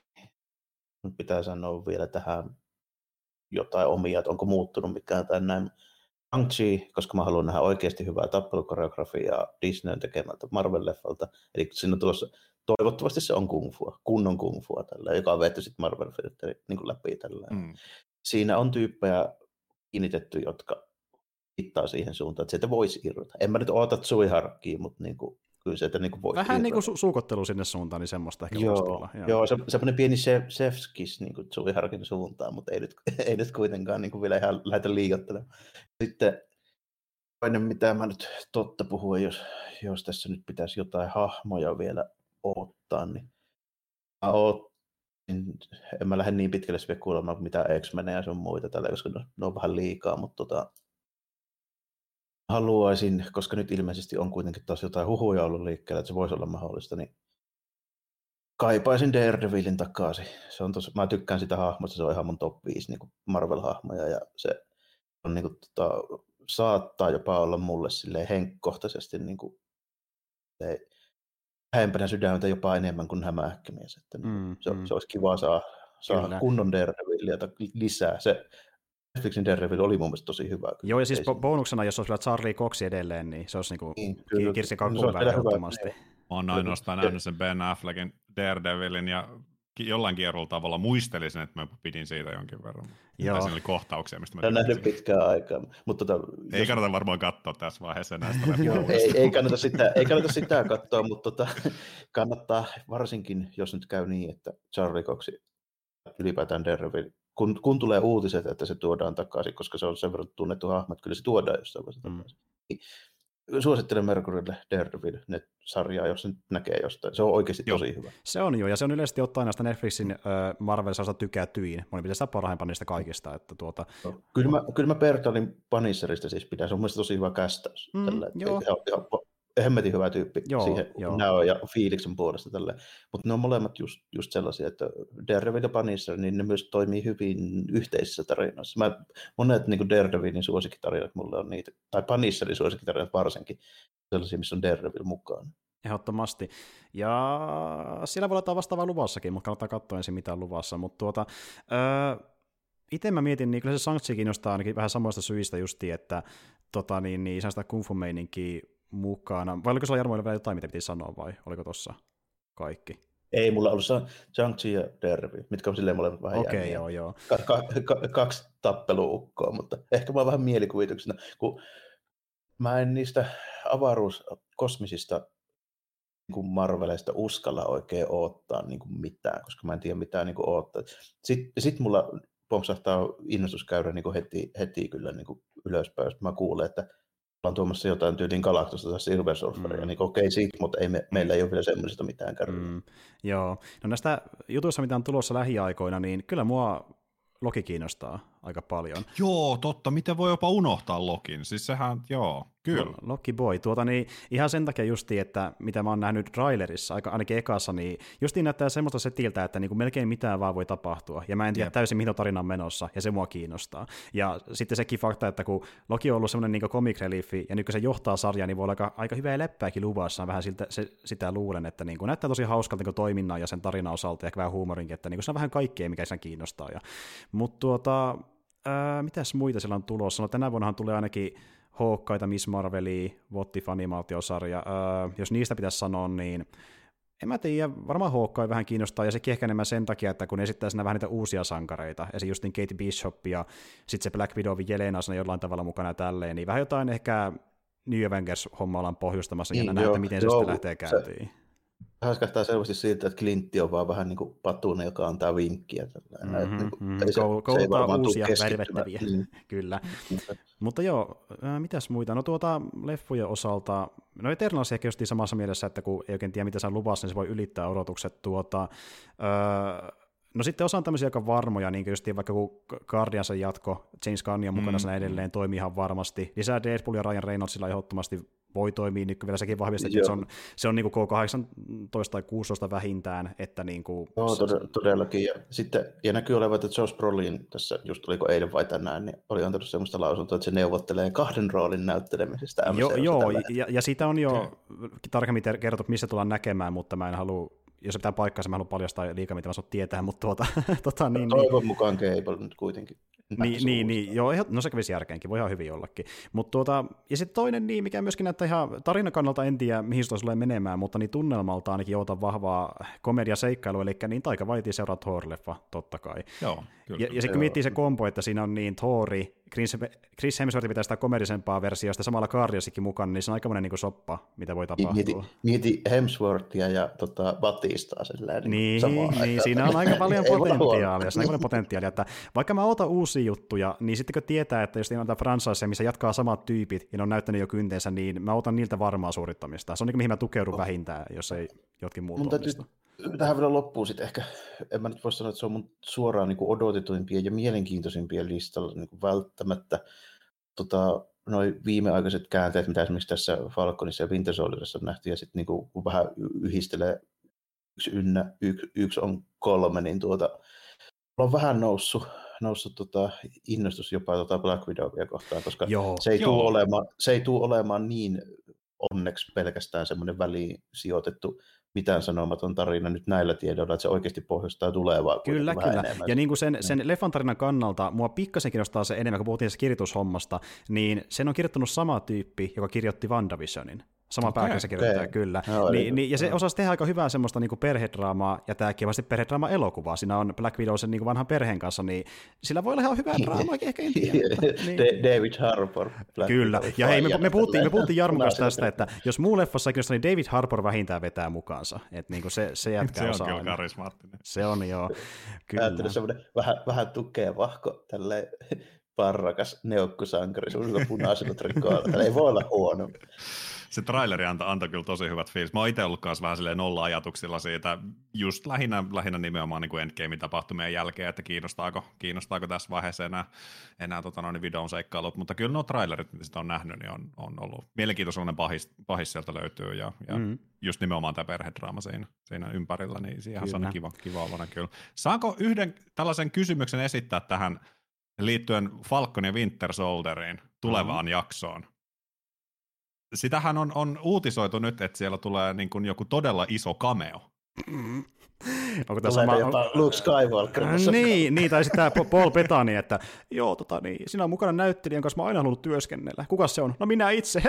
pitää sanoa vielä tähän jotain omia, että onko muuttunut mikään tai näin. Shang-Chi, koska mä haluan nähdä oikeasti hyvää tappelukoreografiaa Disneyn tekemältä Marvel-leffalta, eli siinä on tulossa, toivottavasti se on kung-fua, kunnon kung-fua tällä, joka on vetty sitten Marvel-filtterin niin läpi tällä. Siinä on tyyppejä kiinnitetty, jotka hittaa siihen suuntaan, että sieltä voisi irrota. En mä nyt oota Tsui Harkkiin, mutta niin kuin, kyllä sieltä niin kuin voisi vähän irrota. niin kuin suukottelu sinne suuntaan, niin semmoista ehkä voisi tulla. Joo, semmoinen pieni chefskis niin kuin Tsui Harkin suuntaan, mutta ei nyt kuitenkaan niin kuin vielä ihan lähdetä liioittelemaan. Sitten toinen, mitä mä nyt totta puhun, jos tässä nyt pitäisi jotain hahmoja vielä odottaa, niin en mä lähde niin pitkälle spekuloimaan kuin mitä X-Menejä ja sun muita tällä, koska ne on vähän liikaa, mutta haluaisin, koska nyt ilmeisesti on kuitenkin taas jotain huhuja ollut liikkeellä, että se voisi olla mahdollista, niin kaipaisin Daredevilin takaisin. Se on mä tykkään sitä hahmosta, se on ihan mun top 5 niin kuin Marvel-hahmoja, ja se on niin kuin, saattaa jopa olla mulle silleen henkkohtaisesti niin kuin, lähempänä sydäntä jopa enemmän kuin hämähäkkimies. Että se olisi kiva saada kunnon Daredevilia lisää. Se Netflixin Daredevil oli mun mielestä tosi hyvä. Joo, ja siis bonuksena, jos olisi vielä Charlie Cox edelleen, niin se olisi niin kirsi kakkuun välttämättömästi. Mä oon ainoastaan nähnyt sen Ben Affleckin Daredevilin, ja jollain kierrolla tavalla muistelisin, että mä pidin siitä jonkin verran. Tai siinä oli kohtauksia, mistä mä nähnyt pitkään aikaa. Ei kannata varmaan katsoa tässä vaiheessa näistä. ei kannata sitä katsoa, mutta kannattaa varsinkin, jos nyt käy niin, että Charlie Cox ylipäätään Daredevil, kun tulee uutiset, että se tuodaan takaisin, koska se on sen verran tunnettu hahmo, että kyllä se tuodaan jossain vaiheessa takaisin. Suosittelen Mercurylle Daredevil-sarjaa, jos sen näkee jostain. Se on oikeasti tosi hyvä. Se on jo, ja se on yleisesti ottaen näistä Netflixin Marvel-sarjasta tykätyin. Moni pitäisi sitä parhaimpana niistä kaikista. Että Kyllä mä Bertalin Punisherista siis pidän. Se on mielestäni tosi hyvä kästäys. Ihan hemmetin hyvä tyyppi siihen näön ja fiiliksen puolesta. Mutta ne on molemmat just sellaisia, että Daredevil ja Punisher, niin ne myös toimii hyvin yhteisissä tarinoissa. Monet niin Daredevilin suosikkitarinat mulle on niitä, tai Punisherin suosikkitarinat varsinkin, sellaisia, missä on Daredevil mukaan. Ehdottomasti. Ja siellä voi olla vastaavaa luvassakin, mutta kannattaa katsoa ensin mitään luvassa. Mutta itse mä mietin, niin kyllä se Shang-Chi kiinnostaa ainakin vähän samoista syistä justiin, että se on sitä kung fu meininkiä mukana. Vai oliko sulla Jarmoilla vielä jotain, mitä piti sanoa, vai oliko tossa kaikki? Ei, mulla ollut Shang-Chi ja Daredevil, mitkä on silleen molemmat vähän jäämiä. Okei, joo. Kaksi tappeluukkoa, mutta ehkä mä oon vähän mielikuvituksena, kun mä en niistä avaruuskosmisista niin Marveleista uskalla oikein odottaa niin kuin mitään, koska mä en tiedä mitään niin kuin odottaa. Sitten mulla pompsahtaa innostuskäyrä niin kuin heti kyllä niin kuin ylöspäin, jos mä kuulen, että ollaan tuomassa jotain tyyliin Galactusta tai Silver Surferia, niin okei, siitä, mutta meillä ei ole vielä semmoisesta mitään kärryä. Joo, no näistä jutuissa, mitä on tulossa lähiaikoina, niin kyllä mua Loki kiinnostaa aika paljon. Joo, totta, miten voi jopa unohtaa Lokin, siis sehän, joo. Kyllä. Locky Boy. Niin ihan sen takia justiin, että mitä mä oon nähnyt trailerissa, ainakin ekassa, niin justiin näyttää semmoista setiltä, että niinku melkein mitään vaan voi tapahtua. Ja mä en tiedä täysin, mihin tarina on menossa, ja se mua kiinnostaa. Ja sitten sekin fakta, että kun Loki on ollut semmoinen niinku comic reliefi, ja nyt kun se johtaa sarjaa, niin voi olla aika hyvää leppääkin luvassa. Vähän sitä luulen, että niinku näyttää tosi hauskalta niinku toiminnan ja sen tarinan osalta, ja ehkä vähän huumorinkin, että niinku se on vähän kaikkea, mikä sen kiinnostaa. Mutta mitäs muita siellä on tulossa? No tänä vuonnahan tulee ainakin Hawkeita, Miss Marvelia, What If-animaatiosarja. Jos niistä pitäisi sanoa, niin en mä tiedä, varmaan Hawkeye vähän kiinnostaa, ja sekin ehkä enemmän sen takia, että kun esittää siinä vähän niitä uusia sankareita, esim. just niin Kate Bishop ja sitten se Black Widow Jelena on jollain tavalla mukana ja tälleen, niin vähän jotain ehkä New Avengers-homma ollaan pohjustamassa, ja nähdään, miten se sitten lähtee käyntiin. Häskähtää selvästi siitä, että Clintti on vaan vähän niin kuin patunen, joka antaa vinkkiä. Kouluttaa uusia värvettäviä, kyllä. Mutta joo, mitäs muita? No leffujen osalta, no Eternals ehkä justiin samassa mielessä, että kun ei oikein tiedä, mitä se on luvassa, niin se voi ylittää odotukset. No sitten osa on tämmöisiä aika varmoja, niin kuin justiin vaikka kun Guardiansin jatko, James Gunn on mukana siinä edelleen, toimii ihan varmasti. Lisää Deadpool ja Ryan Reynoldsilla ehdottomasti voi toimia, niin vielä sekin vahvistettiin, että se on niin kuin K18 tai 16 vähintään. Että niin kuin, todellakin. Ja näkyy olevan, että Josh Brolin tässä, just oliko eilen vai tänään, niin oli antanut semmoista lausuntoa, että se neuvottelee 2 roolin näyttelemisestä. Joo, ja siitä on jo tarkemmin kerrottu, missä tullaan näkemään, mutta mä en halua, jos se pitää paikkaansa, mä haluan paljastaa liikaa, mitä mä sanon tietää, mutta niin. Toivon mukaan Cable nyt kuitenkin. Niin, joo, no se kävisi järkeenkin, voi ihan hyvin jollakin. Ja sitten toinen, niin, mikä myöskin näyttää ihan tarinan kannalta, en tiedä, mihin se tulee menemään, mutta niin tunnelmalta ainakin joutaa vahvaa komediaseikkailu, eli niin Taika Waititi seuraa Thor-leffa, totta kai. Joo, kyllä. Ja sitten kun miettii se kombo, että siinä on niin Thori, Chris Hemsworth pitää sitä komedisempaa versiota, samalla Guardiansikin mukana, niin se on aikamoinen niin soppa, mitä voi tapahtua. Mieti Hemsworthia ja Batistaa sellainen. Niin, siinä on aika paljon potentiaalia. Että vaikka mä otan uusia juttuja, niin sitten kun tietää, että jos on franchise, missä jatkaa samat tyypit ja ne on näyttänyt jo kynteensä, niin mä otan niiltä varmaa suorittamista. Se on niin mihin mä tukeudun vähintään, jos ei jotkin muuta onnistu. Tähän vielä loppuun sitten ehkä, en mä nyt voi sanoa, että se on mun suoraan niin kuin odotetuimpien ja mielenkiintoisimpien listalla niin kuin välttämättä. Noi viimeaikaiset käänteet, mitä esimerkiksi tässä Falconissa ja Winter Soldierissa on nähty, ja sitten niin kun vähän yhdistelee yksi on 3, niin on vähän noussut innostus jopa Black Widowia kohtaan, koska se ei tule olemaan niin onneksi pelkästään semmoinen väliin sijoitettu mitään sanomaton tarina nyt näillä tiedoilla, että se oikeasti pohjustaa tulevaa. Kyllä. Enemmän. Ja niin kuin sen leffan tarinan kannalta, mua pikkasen kiinnostaa se enemmän, kun puhuttiin tässä kirjoitushommasta, niin sen on kirjoittanut sama tyyppi, joka kirjoitti WandaVisionin. Sama pääkäsikirjoittaja, kyllä. Ja se osasi tehdä aika hyvää semmoista niin kuin perhedraamaa, ja tämäkin vasta perhedraama-elokuvaa. Siinä on Black Widow sen niin kuin vanhan perheen kanssa, niin sillä voi olla ihan hyvää draamaa, ehkä en tiedä. Niin. David Harbour. Kyllä, ja hei, me puhuttiin Jarmon kanssa tästä, että jos muu leffassa kiinnostaa, niin David Harbour vähintään vetää mukaansa. Että niin kuin se jätkää osaa. Se on kyllä karismaattinen. Se on, joo. Kyllä. Ajattelin semmoinen vähän tukea vahko, tälleen parrakas neukkusankari, semmoisella punaisella trikoilla. Ei voi olla huono. Se traileri antoi kyllä tosi hyvät fiilis. Mä oon itse ollut kanssa vähän silleen nolla-ajatuksilla siitä, just lähinnä nimenomaan niin kuin Endgame-tapahtumien jälkeen, että kiinnostaako tässä vaiheessa enää videon seikkailut, mutta kyllä nuo trailerit, mitä sitä on nähnyt, niin on ollut mielenkiintoinen pahis sieltä löytyy, ja just nimenomaan tämä perhedraama siinä ympärillä, niin siihen on kiva olla kyllä. Saanko yhden tällaisen kysymyksen esittää tähän liittyen Falcon ja Winter Soldieriin tulevaan jaksoon? Sitähän on uutisoitu nyt, että siellä tulee niin kuin joku todella iso cameo. Onko tämä sama? Luke Skywalker. Niin, tai sitten tämä Paul Bettany, että joo, sinä on mukana näyttelijän kanssa, mä oon aina halunnut työskennellä. Kukas se on? No minä itse.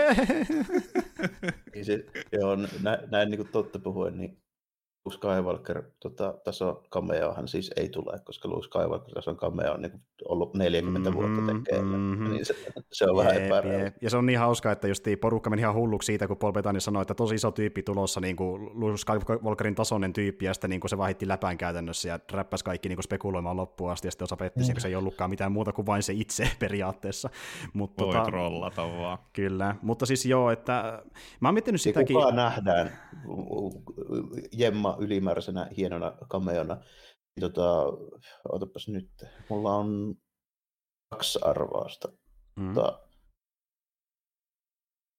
Joo, näin niin kuin totta puhuen, niin Luke Skywalker taso cameohan siis ei tule, koska Luke Skywalker tason cameo on niin ollut 40 vuotta tekeillä, niin se on vähän epäreilua. Ja se on niin hauska, että just porukka meni ihan hulluksi siitä, kun Paul Bettany sanoi, että tosi iso tyyppi tulossa, niin kuin Luke Skywalkerin tasoinen tyyppi, ja sitten niin kuin se vahitti läpään käytännössä ja räppäsi kaikki niin kuin spekuloimaan loppuun asti, ja sitten osa petti, kun se ei ollutkaan mitään muuta kuin vain se itse periaatteessa. Voi trollata vaan. Kyllä, mutta siis joo, että mä oon miettinyt sitäkin. Kukaan nähdään Jemma ylimääräisenä hienona cameona. Otapas nyt. Mulla on 2 arvausta.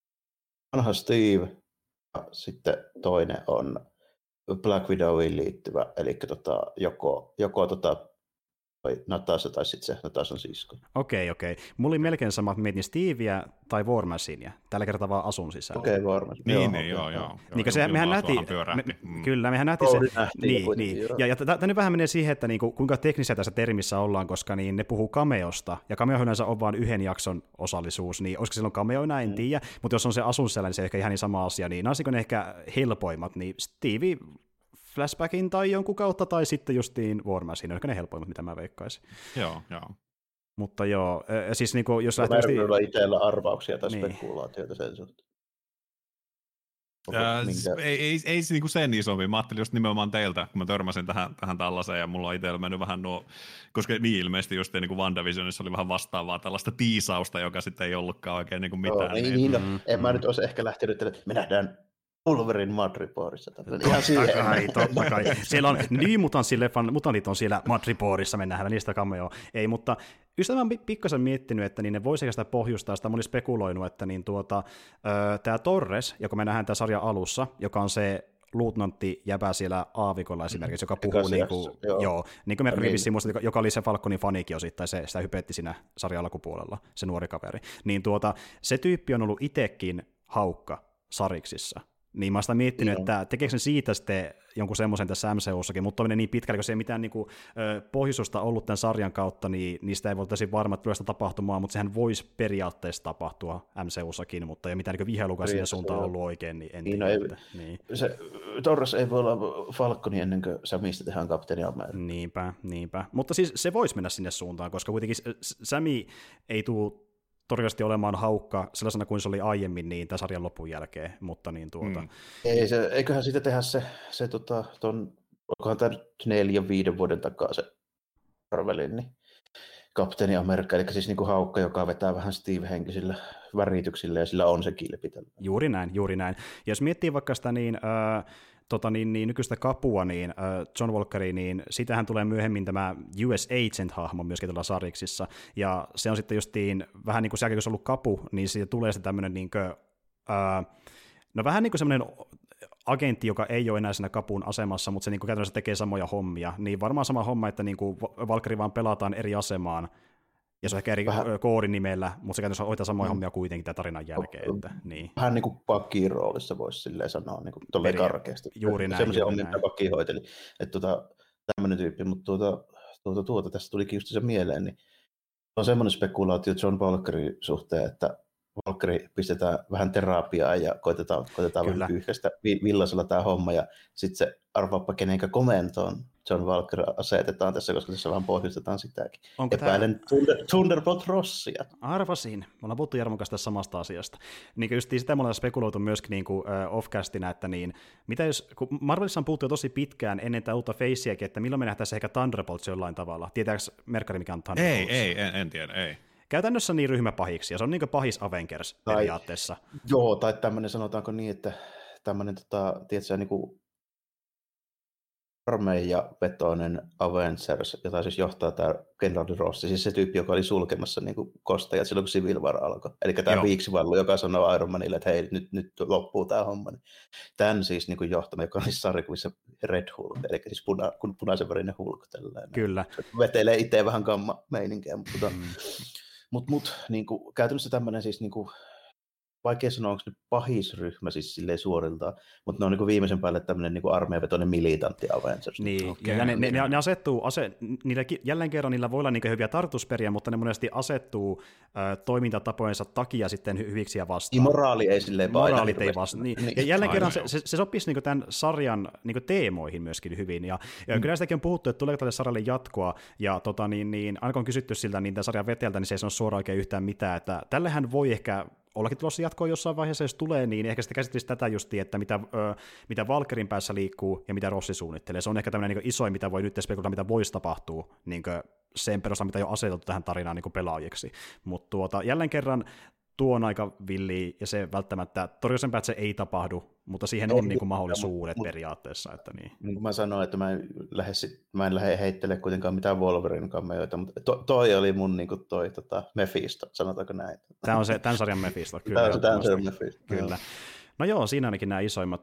vanha Steve, ja sitten toinen on Black Widowiin liittyvä, eli joko Natasha tai sitten se Natashan sisko. Okei. Mulla oli melkein sama, että mietin Steveä tai War Machinea. Tällä kertaa vaan asun sisällä. Okei, varmasti. Joo. Niin, mehän nähtiin, kyllä, mehän nähtiin se. Niin. Ja tämä vähän menee siihen, että niinku, kuinka teknisiä tässä termissä ollaan, koska niin ne puhuu cameosta, ja cameo yleensä on vain yhden jakson osallisuus, niin olisiko silloin cameoina, en tiedä, mutta jos on se asun siellä, niin se ehkä ihan niin sama asia, niin nämä on ehkä helpoimmat, niin Stevie flashbackin tai jonkun kautta, tai sitten justiin War Machine, ne helpoimmat, mitä mä veikkaisin. Joo. Mutta joo, siis niinku, jos lähtee... Mä itsellä arvauksia tai spekulaatioita sen suhteen. Ei niinku sen isompi. Mä ajattelin just nimenomaan teiltä, kun mä törmäsin tähän tällaiseen, ja mulla on itsellä mennyt vähän koska niin ilmeisesti just niin kuin WandaVisionissa oli vähän vastaavaa tällaista tiisausta, joka sitten ei ollutkaan oikein niin kuin mitään. En mä nyt olisi ehkä lähtenyt, että me nähdään Wolverine Madripoorissa. Totta kai. Siellä on mutantit on siellä Madripoorissa, me nähdään niistä cameo. Ei, mutta just mä oon pikkasen miettinyt, että niin ne voisi sitä pohjustaa, sitä mä olin spekuloinut, että niin tämä Torres, joka me nähdään tämän sarjan alussa, joka on se luutnantti jäbä siellä aavikolla esimerkiksi, joka puhuu niin kuin Merkki vissiin muista, joka oli se Falconin fanikin osittain, sitä hypetti siinä sarjan alkupuolella, se nuori kaveri. Niin se tyyppi on ollut itsekin haukka sariksissa. Niin mä oon sitä miettinyt, että tekeekö se siitä sitten jonkun semmoisen tässä MCUssakin, mutta on niin pitkälle, kun se ei mitään niinku, pohjustusta ollut tämän sarjan kautta, niin sitä ei voi täysin varma, että tulee sitä tapahtumaa, mutta sehän voisi periaatteessa tapahtua MCUssakin, mutta ei mitään niin vihjailukaan sinne suuntaan ollut oikein, niin en tiedä. Niin. Se Torres ei voi olla Falconi ennen kuin Samista tehdään kapteeni Amerikka. Niinpä. Mutta siis se voisi mennä sinne suuntaan, koska kuitenkin Sami ei tule todennäköisesti olemaan haukka sellaisena kuin se oli aiemmin niin tämän sarjan lopun jälkeen, mutta niin eiköhän siitä tehdä onkohan tämä nyt 4-5 vuoden takaa se Marvelin, niin kapteeni Amerikka, eli siis niinku haukka, joka vetää vähän Steve-henkisillä värityksillä, ja sillä on se kilpi. Juuri näin. Ja jos miettii vaikka sitä nykyistä kapua, niin John Walkeri, niin sitähän tulee myöhemmin tämä US Agent-hahmo myöskin tuolla sariksissa, ja se on sitten justiin vähän niin kuin se jälkeen, kun se on ollut kapu, niin siitä tulee sitten tämmöinen vähän niin kuin semmoinen agentti, joka ei ole enää siinä kapun asemassa, mutta se niin kuin käytännössä tekee samoja hommia, niin varmaan sama homma, että niin kuin Valkyrie vaan pelataan eri asemaan, ja se on ehkä eri koodinimellä, mutta se käytännössä hoitaa samoja hommia kuitenkin tämän tarinan jälkeen. Että, niin. Vähän niin kuin Buckyn roolissa voisi silleen sanoa, niin kuin tolleen karkeasti. Juuri näin. Sellaisia hommia, mitä Bucky hoiteli. Että tämmöinen tyyppi, mutta tästä tulikin just se mieleen, niin on semmoinen spekulaatio John Walkerin suhteen, että Valkyrie pistetään vähän terapiaa ja koitetaan vähän pyyhkäistä villasella tämä homma, ja sitten se arvaappa kenenkä komentoon John Walker asetetaan tässä, koska tässä vaan pohjustetaan sitäkin. Epäilen Thunderbolt Rossia. Arvasin. Me ollaan puhuttu Jarmon kanssa tästä samasta asiasta. Niin just sitä me ollaan spekuloitu myöskin niin off-castina, että niin, mitä jos, kun Marvelissa on puhuttu tosi pitkään ennen tätä uutta Faceäkin, että milloin me nähtäisiin ehkä Thunderbolts jollain tavalla. Tietääkö Merkkari, mikä on Thunderbolts? En tiedä, ei. Käytännössä niin ryhmäpahiksi, ja se on niin kuin pahis Avengers periaatteessa. Joo, tai tämmöinen, sanotaanko niin, että tämmöinen, tiedätkö, niin kuin armeijavetoinen Avengers, jota siis johtaa tämä General Ross, siis se tyyppi, joka oli sulkemassa niin kuin kostajat silloin, kun Civil War alkoi. Eli tämä viiksivallu, joka sanoo Iron Manille, että hei, nyt loppuu tämä homma. Tämän siis niin kuin johtama, joka on siis sarjakuvissa Red Hulk, eli siis punaisen värinen Hulk. Tällainen. Kyllä. Se vetelee itse vähän gamma-meininkiä, mutta niin kuin, käytännössä tämmöinen siis niin kuin, vaikea sanoa, onko ne pahisryhmä siis silleen suoriltaan, mutta ne on niin viimeisen päälle tämmöinen niin armeijavetoinen militantti Avengers. Niin, okay, ja ne asettuu, jälleen kerran niillä voi olla niin hyviä tartusperiä, mutta ne monesti asettuu toimintatapojensa takia sitten hyviksi ja vastaan. Moraali ei silleen moraalit ei vastaan. Niin. Ja jälleen kerran se sopisi niin tämän sarjan niin teemoihin myöskin hyvin, ja kyllä sitäkin on puhuttu, että tuleeko tälle sarjalle jatkoa, ja aina kun on kysytty siltä niin tämän sarjan veteltä, niin se ei sano suoraan oikein yhtään mitään, että tällähän voi ehkä ollakin tulossa jatkoa jossain vaiheessa, jos tulee, niin ehkä sitten käsittelisi tätä justiin, että mitä Valkerin päässä liikkuu ja mitä Rossi suunnittelee. Se on ehkä tämmöinen niin isoin, mitä voi nyt spekuloida, mitä voisi tapahtua niin sen perusteella, mitä jo aseteltu tähän tarinaan niin pelaajiksi. Mutta jälleen kerran tuo on aika villiä, ja se välttämättä, todennäköisempää, että se ei tapahdu, mutta siihen on niin kuin mahdollisuudet periaatteessa. Että niin. Niin kuin mä sanoin, että mä en lähde heittele kuitenkaan mitään Wolverine-kameoita, mutta toi oli mun niin kuin toi Mephisto, sanotaanko näin? Tämä on se tämän sarjan Mephisto, kyllä. Tämä on se Mephisto. Kyllä. No joo, siinä ainakin nämä isoimmat.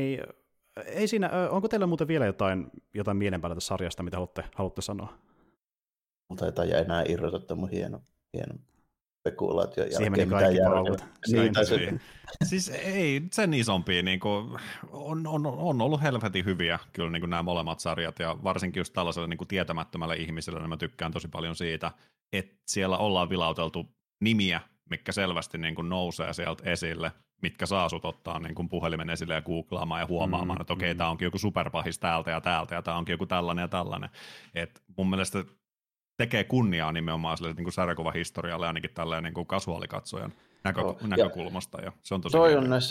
Ei siinä, onko teillä muuten vielä jotain mielenpäällä tästä sarjasta, mitä haluatte sanoa? Mutta ei taida enää irrota tämän hieno spekulaatio jälkeen. Siihen meni kaikki paukut. Siis ei sen isompia, niin kuin, on ollut helvetin hyviä kyllä niin kuin nämä molemmat sarjat, ja varsinkin just tällaiselle niin kuin tietämättömälle ihmiselle, niin mä tykkään tosi paljon siitä, että siellä ollaan vilauteltu nimiä, mitkä selvästi niin kuin nousee sieltä esille, mitkä saa sut ottaa niin kuin puhelimen esille ja googlaamaan ja huomaamaan, että okei, tämä onkin joku superpahis täältä ja täältä, ja tämä onkin joku tällainen ja tällainen. Et mun mielestä tekee kunniaa nimenomaan sille niin kuin sarjakuvahistorialle ainakin tälleen niin kuin kasuaalikatsojan näkökulmasta. Ja se on tosi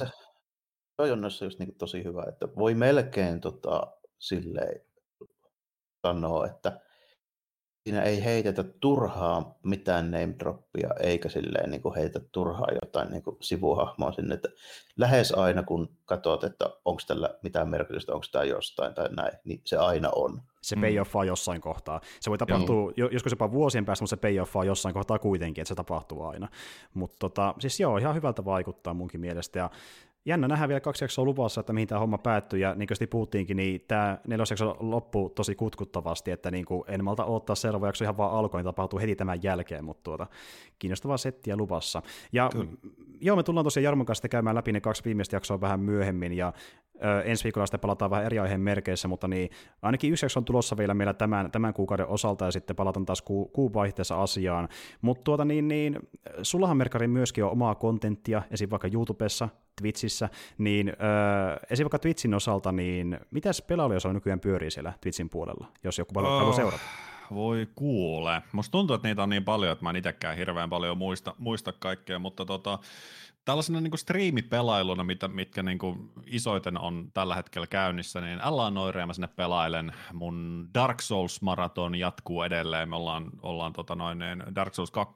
toi on näissä just niin kuin tosi hyvä, että voi melkein silleen sanoa, että siinä ei heitetä turhaa mitään name droppia, eikä silleen niin kuin heitetä turhaa jotain niin kuin sivuhahmoa sinne, että lähes aina kun katsot, että onko tällä mitään merkitystä, onko tämä jostain tai näin, niin se aina on. Se payoffaa jossain kohtaa. Se voi tapahtua joskus jopa vuosien päästä, mutta se payoffaa jossain kohtaa kuitenkin, että se tapahtuu aina. Mutta siis joo, ihan hyvältä vaikuttaa munkin mielestä, ja jännä nähdä vielä 2 jaksoa luvassa, että mihin tämä homma päättyy, ja niin kuin puhuttiinkin, niin tämä 4. jakso loppuu tosi kutkuttavasti, että niin kuin en malta odottaa seuraava jakso ihan vaan alkoi, niin tapahtuu heti tämän jälkeen, mutta kiinnostavaa settiä luvassa. Ja joo, me tullaan tosiaan Jarmon kanssa käymään läpi ne 2 viimeistä jaksoa vähän myöhemmin, ja ensi viikolla sitten palataan vähän eri aiheen merkeissä, mutta niin ainakin 1 jakso on tulossa vielä meillä tämän kuukauden osalta, ja sitten palataan taas kuun vaihteessa asiaan. Mutta sullahan Merkari myöskin on omaa kontenttia, esim. Vaikka YouTubessa, Twitchissä, niin esim. Vaikka Twitchin osalta, niin mitäs pelailuja on nykyään pyörii siellä Twitchin puolella, jos joku haluaa seurata? Voi kuule. Musta tuntuu, että niitä on niin paljon, että mä en itsekään hirveän paljon muista kaikkea, mutta tällaisena niin kuin striimipelailuna, mitkä niin kuin isoiten on tällä hetkellä käynnissä, niin älä noireja, mä sinne pelailen. Mun Dark Souls-maraton jatkuu edelleen. Me ollaan Dark Souls 2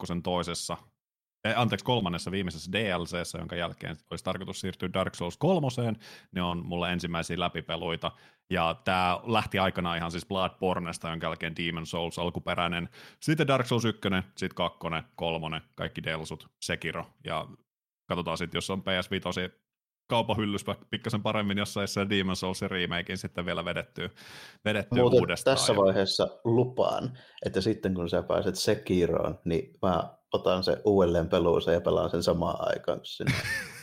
kolmannessa viimeisessä DLC:ssä, jonka jälkeen olisi tarkoitus siirtyä Dark Souls 3. Ne on mulle ensimmäisiä läpipeluita. Ja tää lähti aikanaan ihan siis Bloodbornesta, jonka jälkeen Demon Souls alkuperäinen. Sitten Dark Souls 1, sitten 2, 3, kaikki DLC:t, Sekiro. Ja katsotaan sitten, jos on PS5 kaupan hyllyssä pikkasen paremmin jossain se Demon Soulsin remakein sitten vielä vedettyä uudestaan. Tässä vaiheessa lupaan, että sitten kun sä pääset Sekiroon, niin mä otan se uudelleen peluuseen ja pelaan sen samaan aikaan kuin sinä.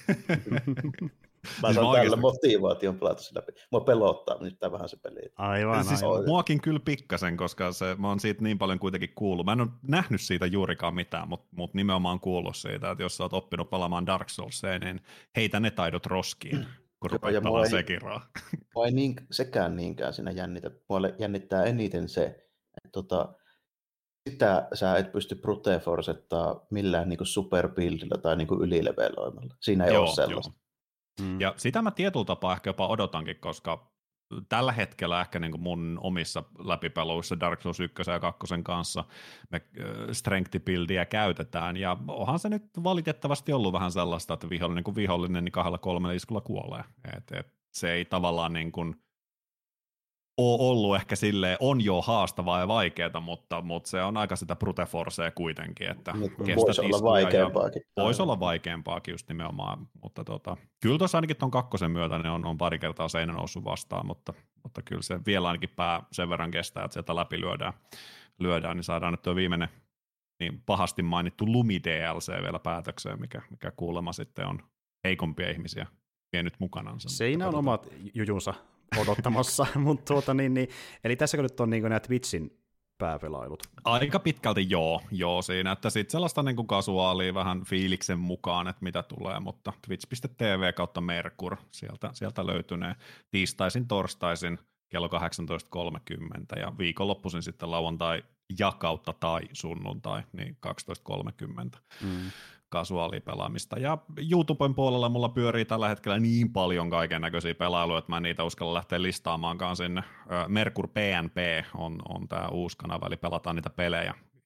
Mä saan tällä motivaation pelata sen läpi. Mua pelottaa nyt vähän se peli. Aivan. Muakin kyllä pikkasen, koska mä oon siitä niin paljon kuitenkin kuullut. Mä en ole nähnyt siitä juurikaan mitään, mutta nimenomaan kuullut siitä, että jos sä oot oppinut pelaamaan Dark Soulsia, niin heitä ne taidot roskiin, kun rupeat pelaamaan Sekiroa. Mua ei sekään niinkään siinä jännitä. Mua jännittää eniten se, että sitä sä et pysty brute forcettaa millään niinku superbuildilla tai niinku ylileveloimalla. Siinä ei ole sellaista. Ja sitä mä tietyllä tapaa ehkä jopa odotankin, koska tällä hetkellä ehkä niin kuin mun omissa läpipeluissa Dark Souls 1 ja 2 kanssa me strength-buildia käytetään, ja onhan se nyt valitettavasti ollut vähän sellaista, että vihollinen niin 2-3 iskulla kuolee. Se ei tavallaan niin kuin ole ollut ehkä silleen, on jo haastavaa ja vaikeaa, mutta se on aika sitä brute forcea kuitenkin, että voisi olla vaikeampaakin. Voisi olla vaikeampaakin just nimenomaan, mutta kyllä tuossa ainakin tuon 2 myötä ne on pari kertaa seinä noussut vastaan, mutta kyllä se vielä ainakin pää sen verran kestää, että sieltä läpi lyödään, niin saadaan nyt tuo viimeinen niin pahasti mainittu Lumi DLC vielä päätökseen, mikä kuulemma sitten on heikompia ihmisiä vienyt mukanansa. Siinä on omat jujunsa odottamassa, mutta eli tässä nyt on nämä Twitchin pääpelailut. Aika pitkälti joo siinä, että sitten sellaista niin kuin kasuaalia vähän fiiliksen mukaan, että mitä tulee, mutta twitch.tv/Merkur, sieltä löytyy ne tiistaisin, torstaisin kello 18.30 ja viikonloppuisin sitten lauantai ja kautta tai sunnuntai, niin 12.30. Kasuaalia pelaamista. Ja YouTuben puolella mulla pyörii tällä hetkellä niin paljon kaiken näköisiä pelailuja, että mä en niitä uskalla lähteä listaamaankaan sinne. Merkur PNP on tää uusi kanava, eli pelataan niitä pelejä.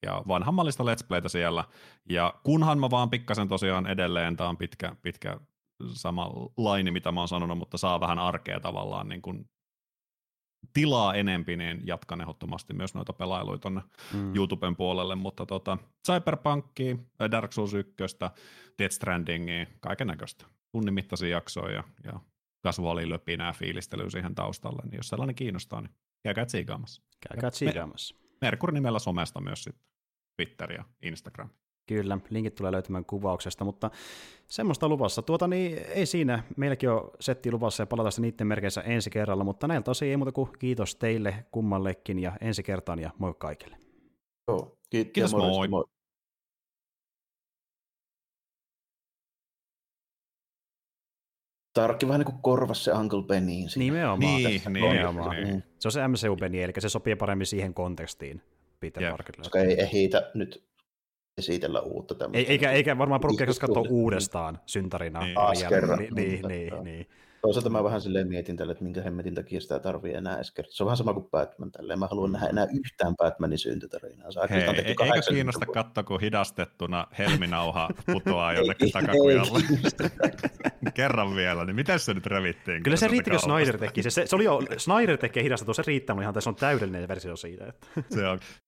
ja vanhammallista Let's Playtä siellä. Ja kunhan mä vaan pikkasen tosiaan edelleen, tää on pitkä sama laini, mitä mä oon sanonut, mutta saa vähän arkea tavallaan niin kuin tilaa enempi, niin jatkan ehdottomasti myös noita pelailuja tonne YouTuben puolelle, mutta Cyberpunkia, Dark Souls 1, Death Strandingia, kaiken näköistä. Tunnin mittaisia jaksoja ja kasuaalia löpinää fiilistelyä siihen taustalle, niin jos sellainen kiinnostaa, niin käykää tsiikaamassa. Käykää tsiikaamassa. Merkuri-nimellä somesta myös sitten, Twitter ja Instagram. Kyllä, linkit tulee löytymään kuvauksesta, mutta semmoista luvassa. Niin ei siinä, meilläkin on setti luvassa ja palataan niiden merkeissä ensi kerralla, mutta näiltä osin ei muuta kuin kiitos teille kummallekin ja ensi kertaan ja moi kaikille. Joo, kiitos moi. Tarkki vähän niin kuin korvasi se Uncle Beniin. Nimenomaan. Niin. Se on se MCU-Beni, eli se sopii paremmin siihen kontekstiin Peter Parkerille. Koska ei ehitä nyt esitellä uutta tämmöistä. Eikä varmaan porukka katsoa uudestaan syntarina. Niin. Toisaalta mä vähän silleen mietin tälle, että minkä hemmetin takia sitä tarvii enää edes kertaa. Se on vähän sama kuin Batman tälleen. Mä haluan nähdä enää yhtään Batmanin syntytarinaa. Eikö kiinnosta katsoa, kun hidastettuna helminauha putoaa jonnekin takakujalle? Kerran vielä, niin miten se nyt revittiin? Kyllä se riitti, kun Snyder teki. Se oli jo, Snyder tekee hidastettua, se riittää, mutta ihan tässä on täydellinen versio siitä. Että.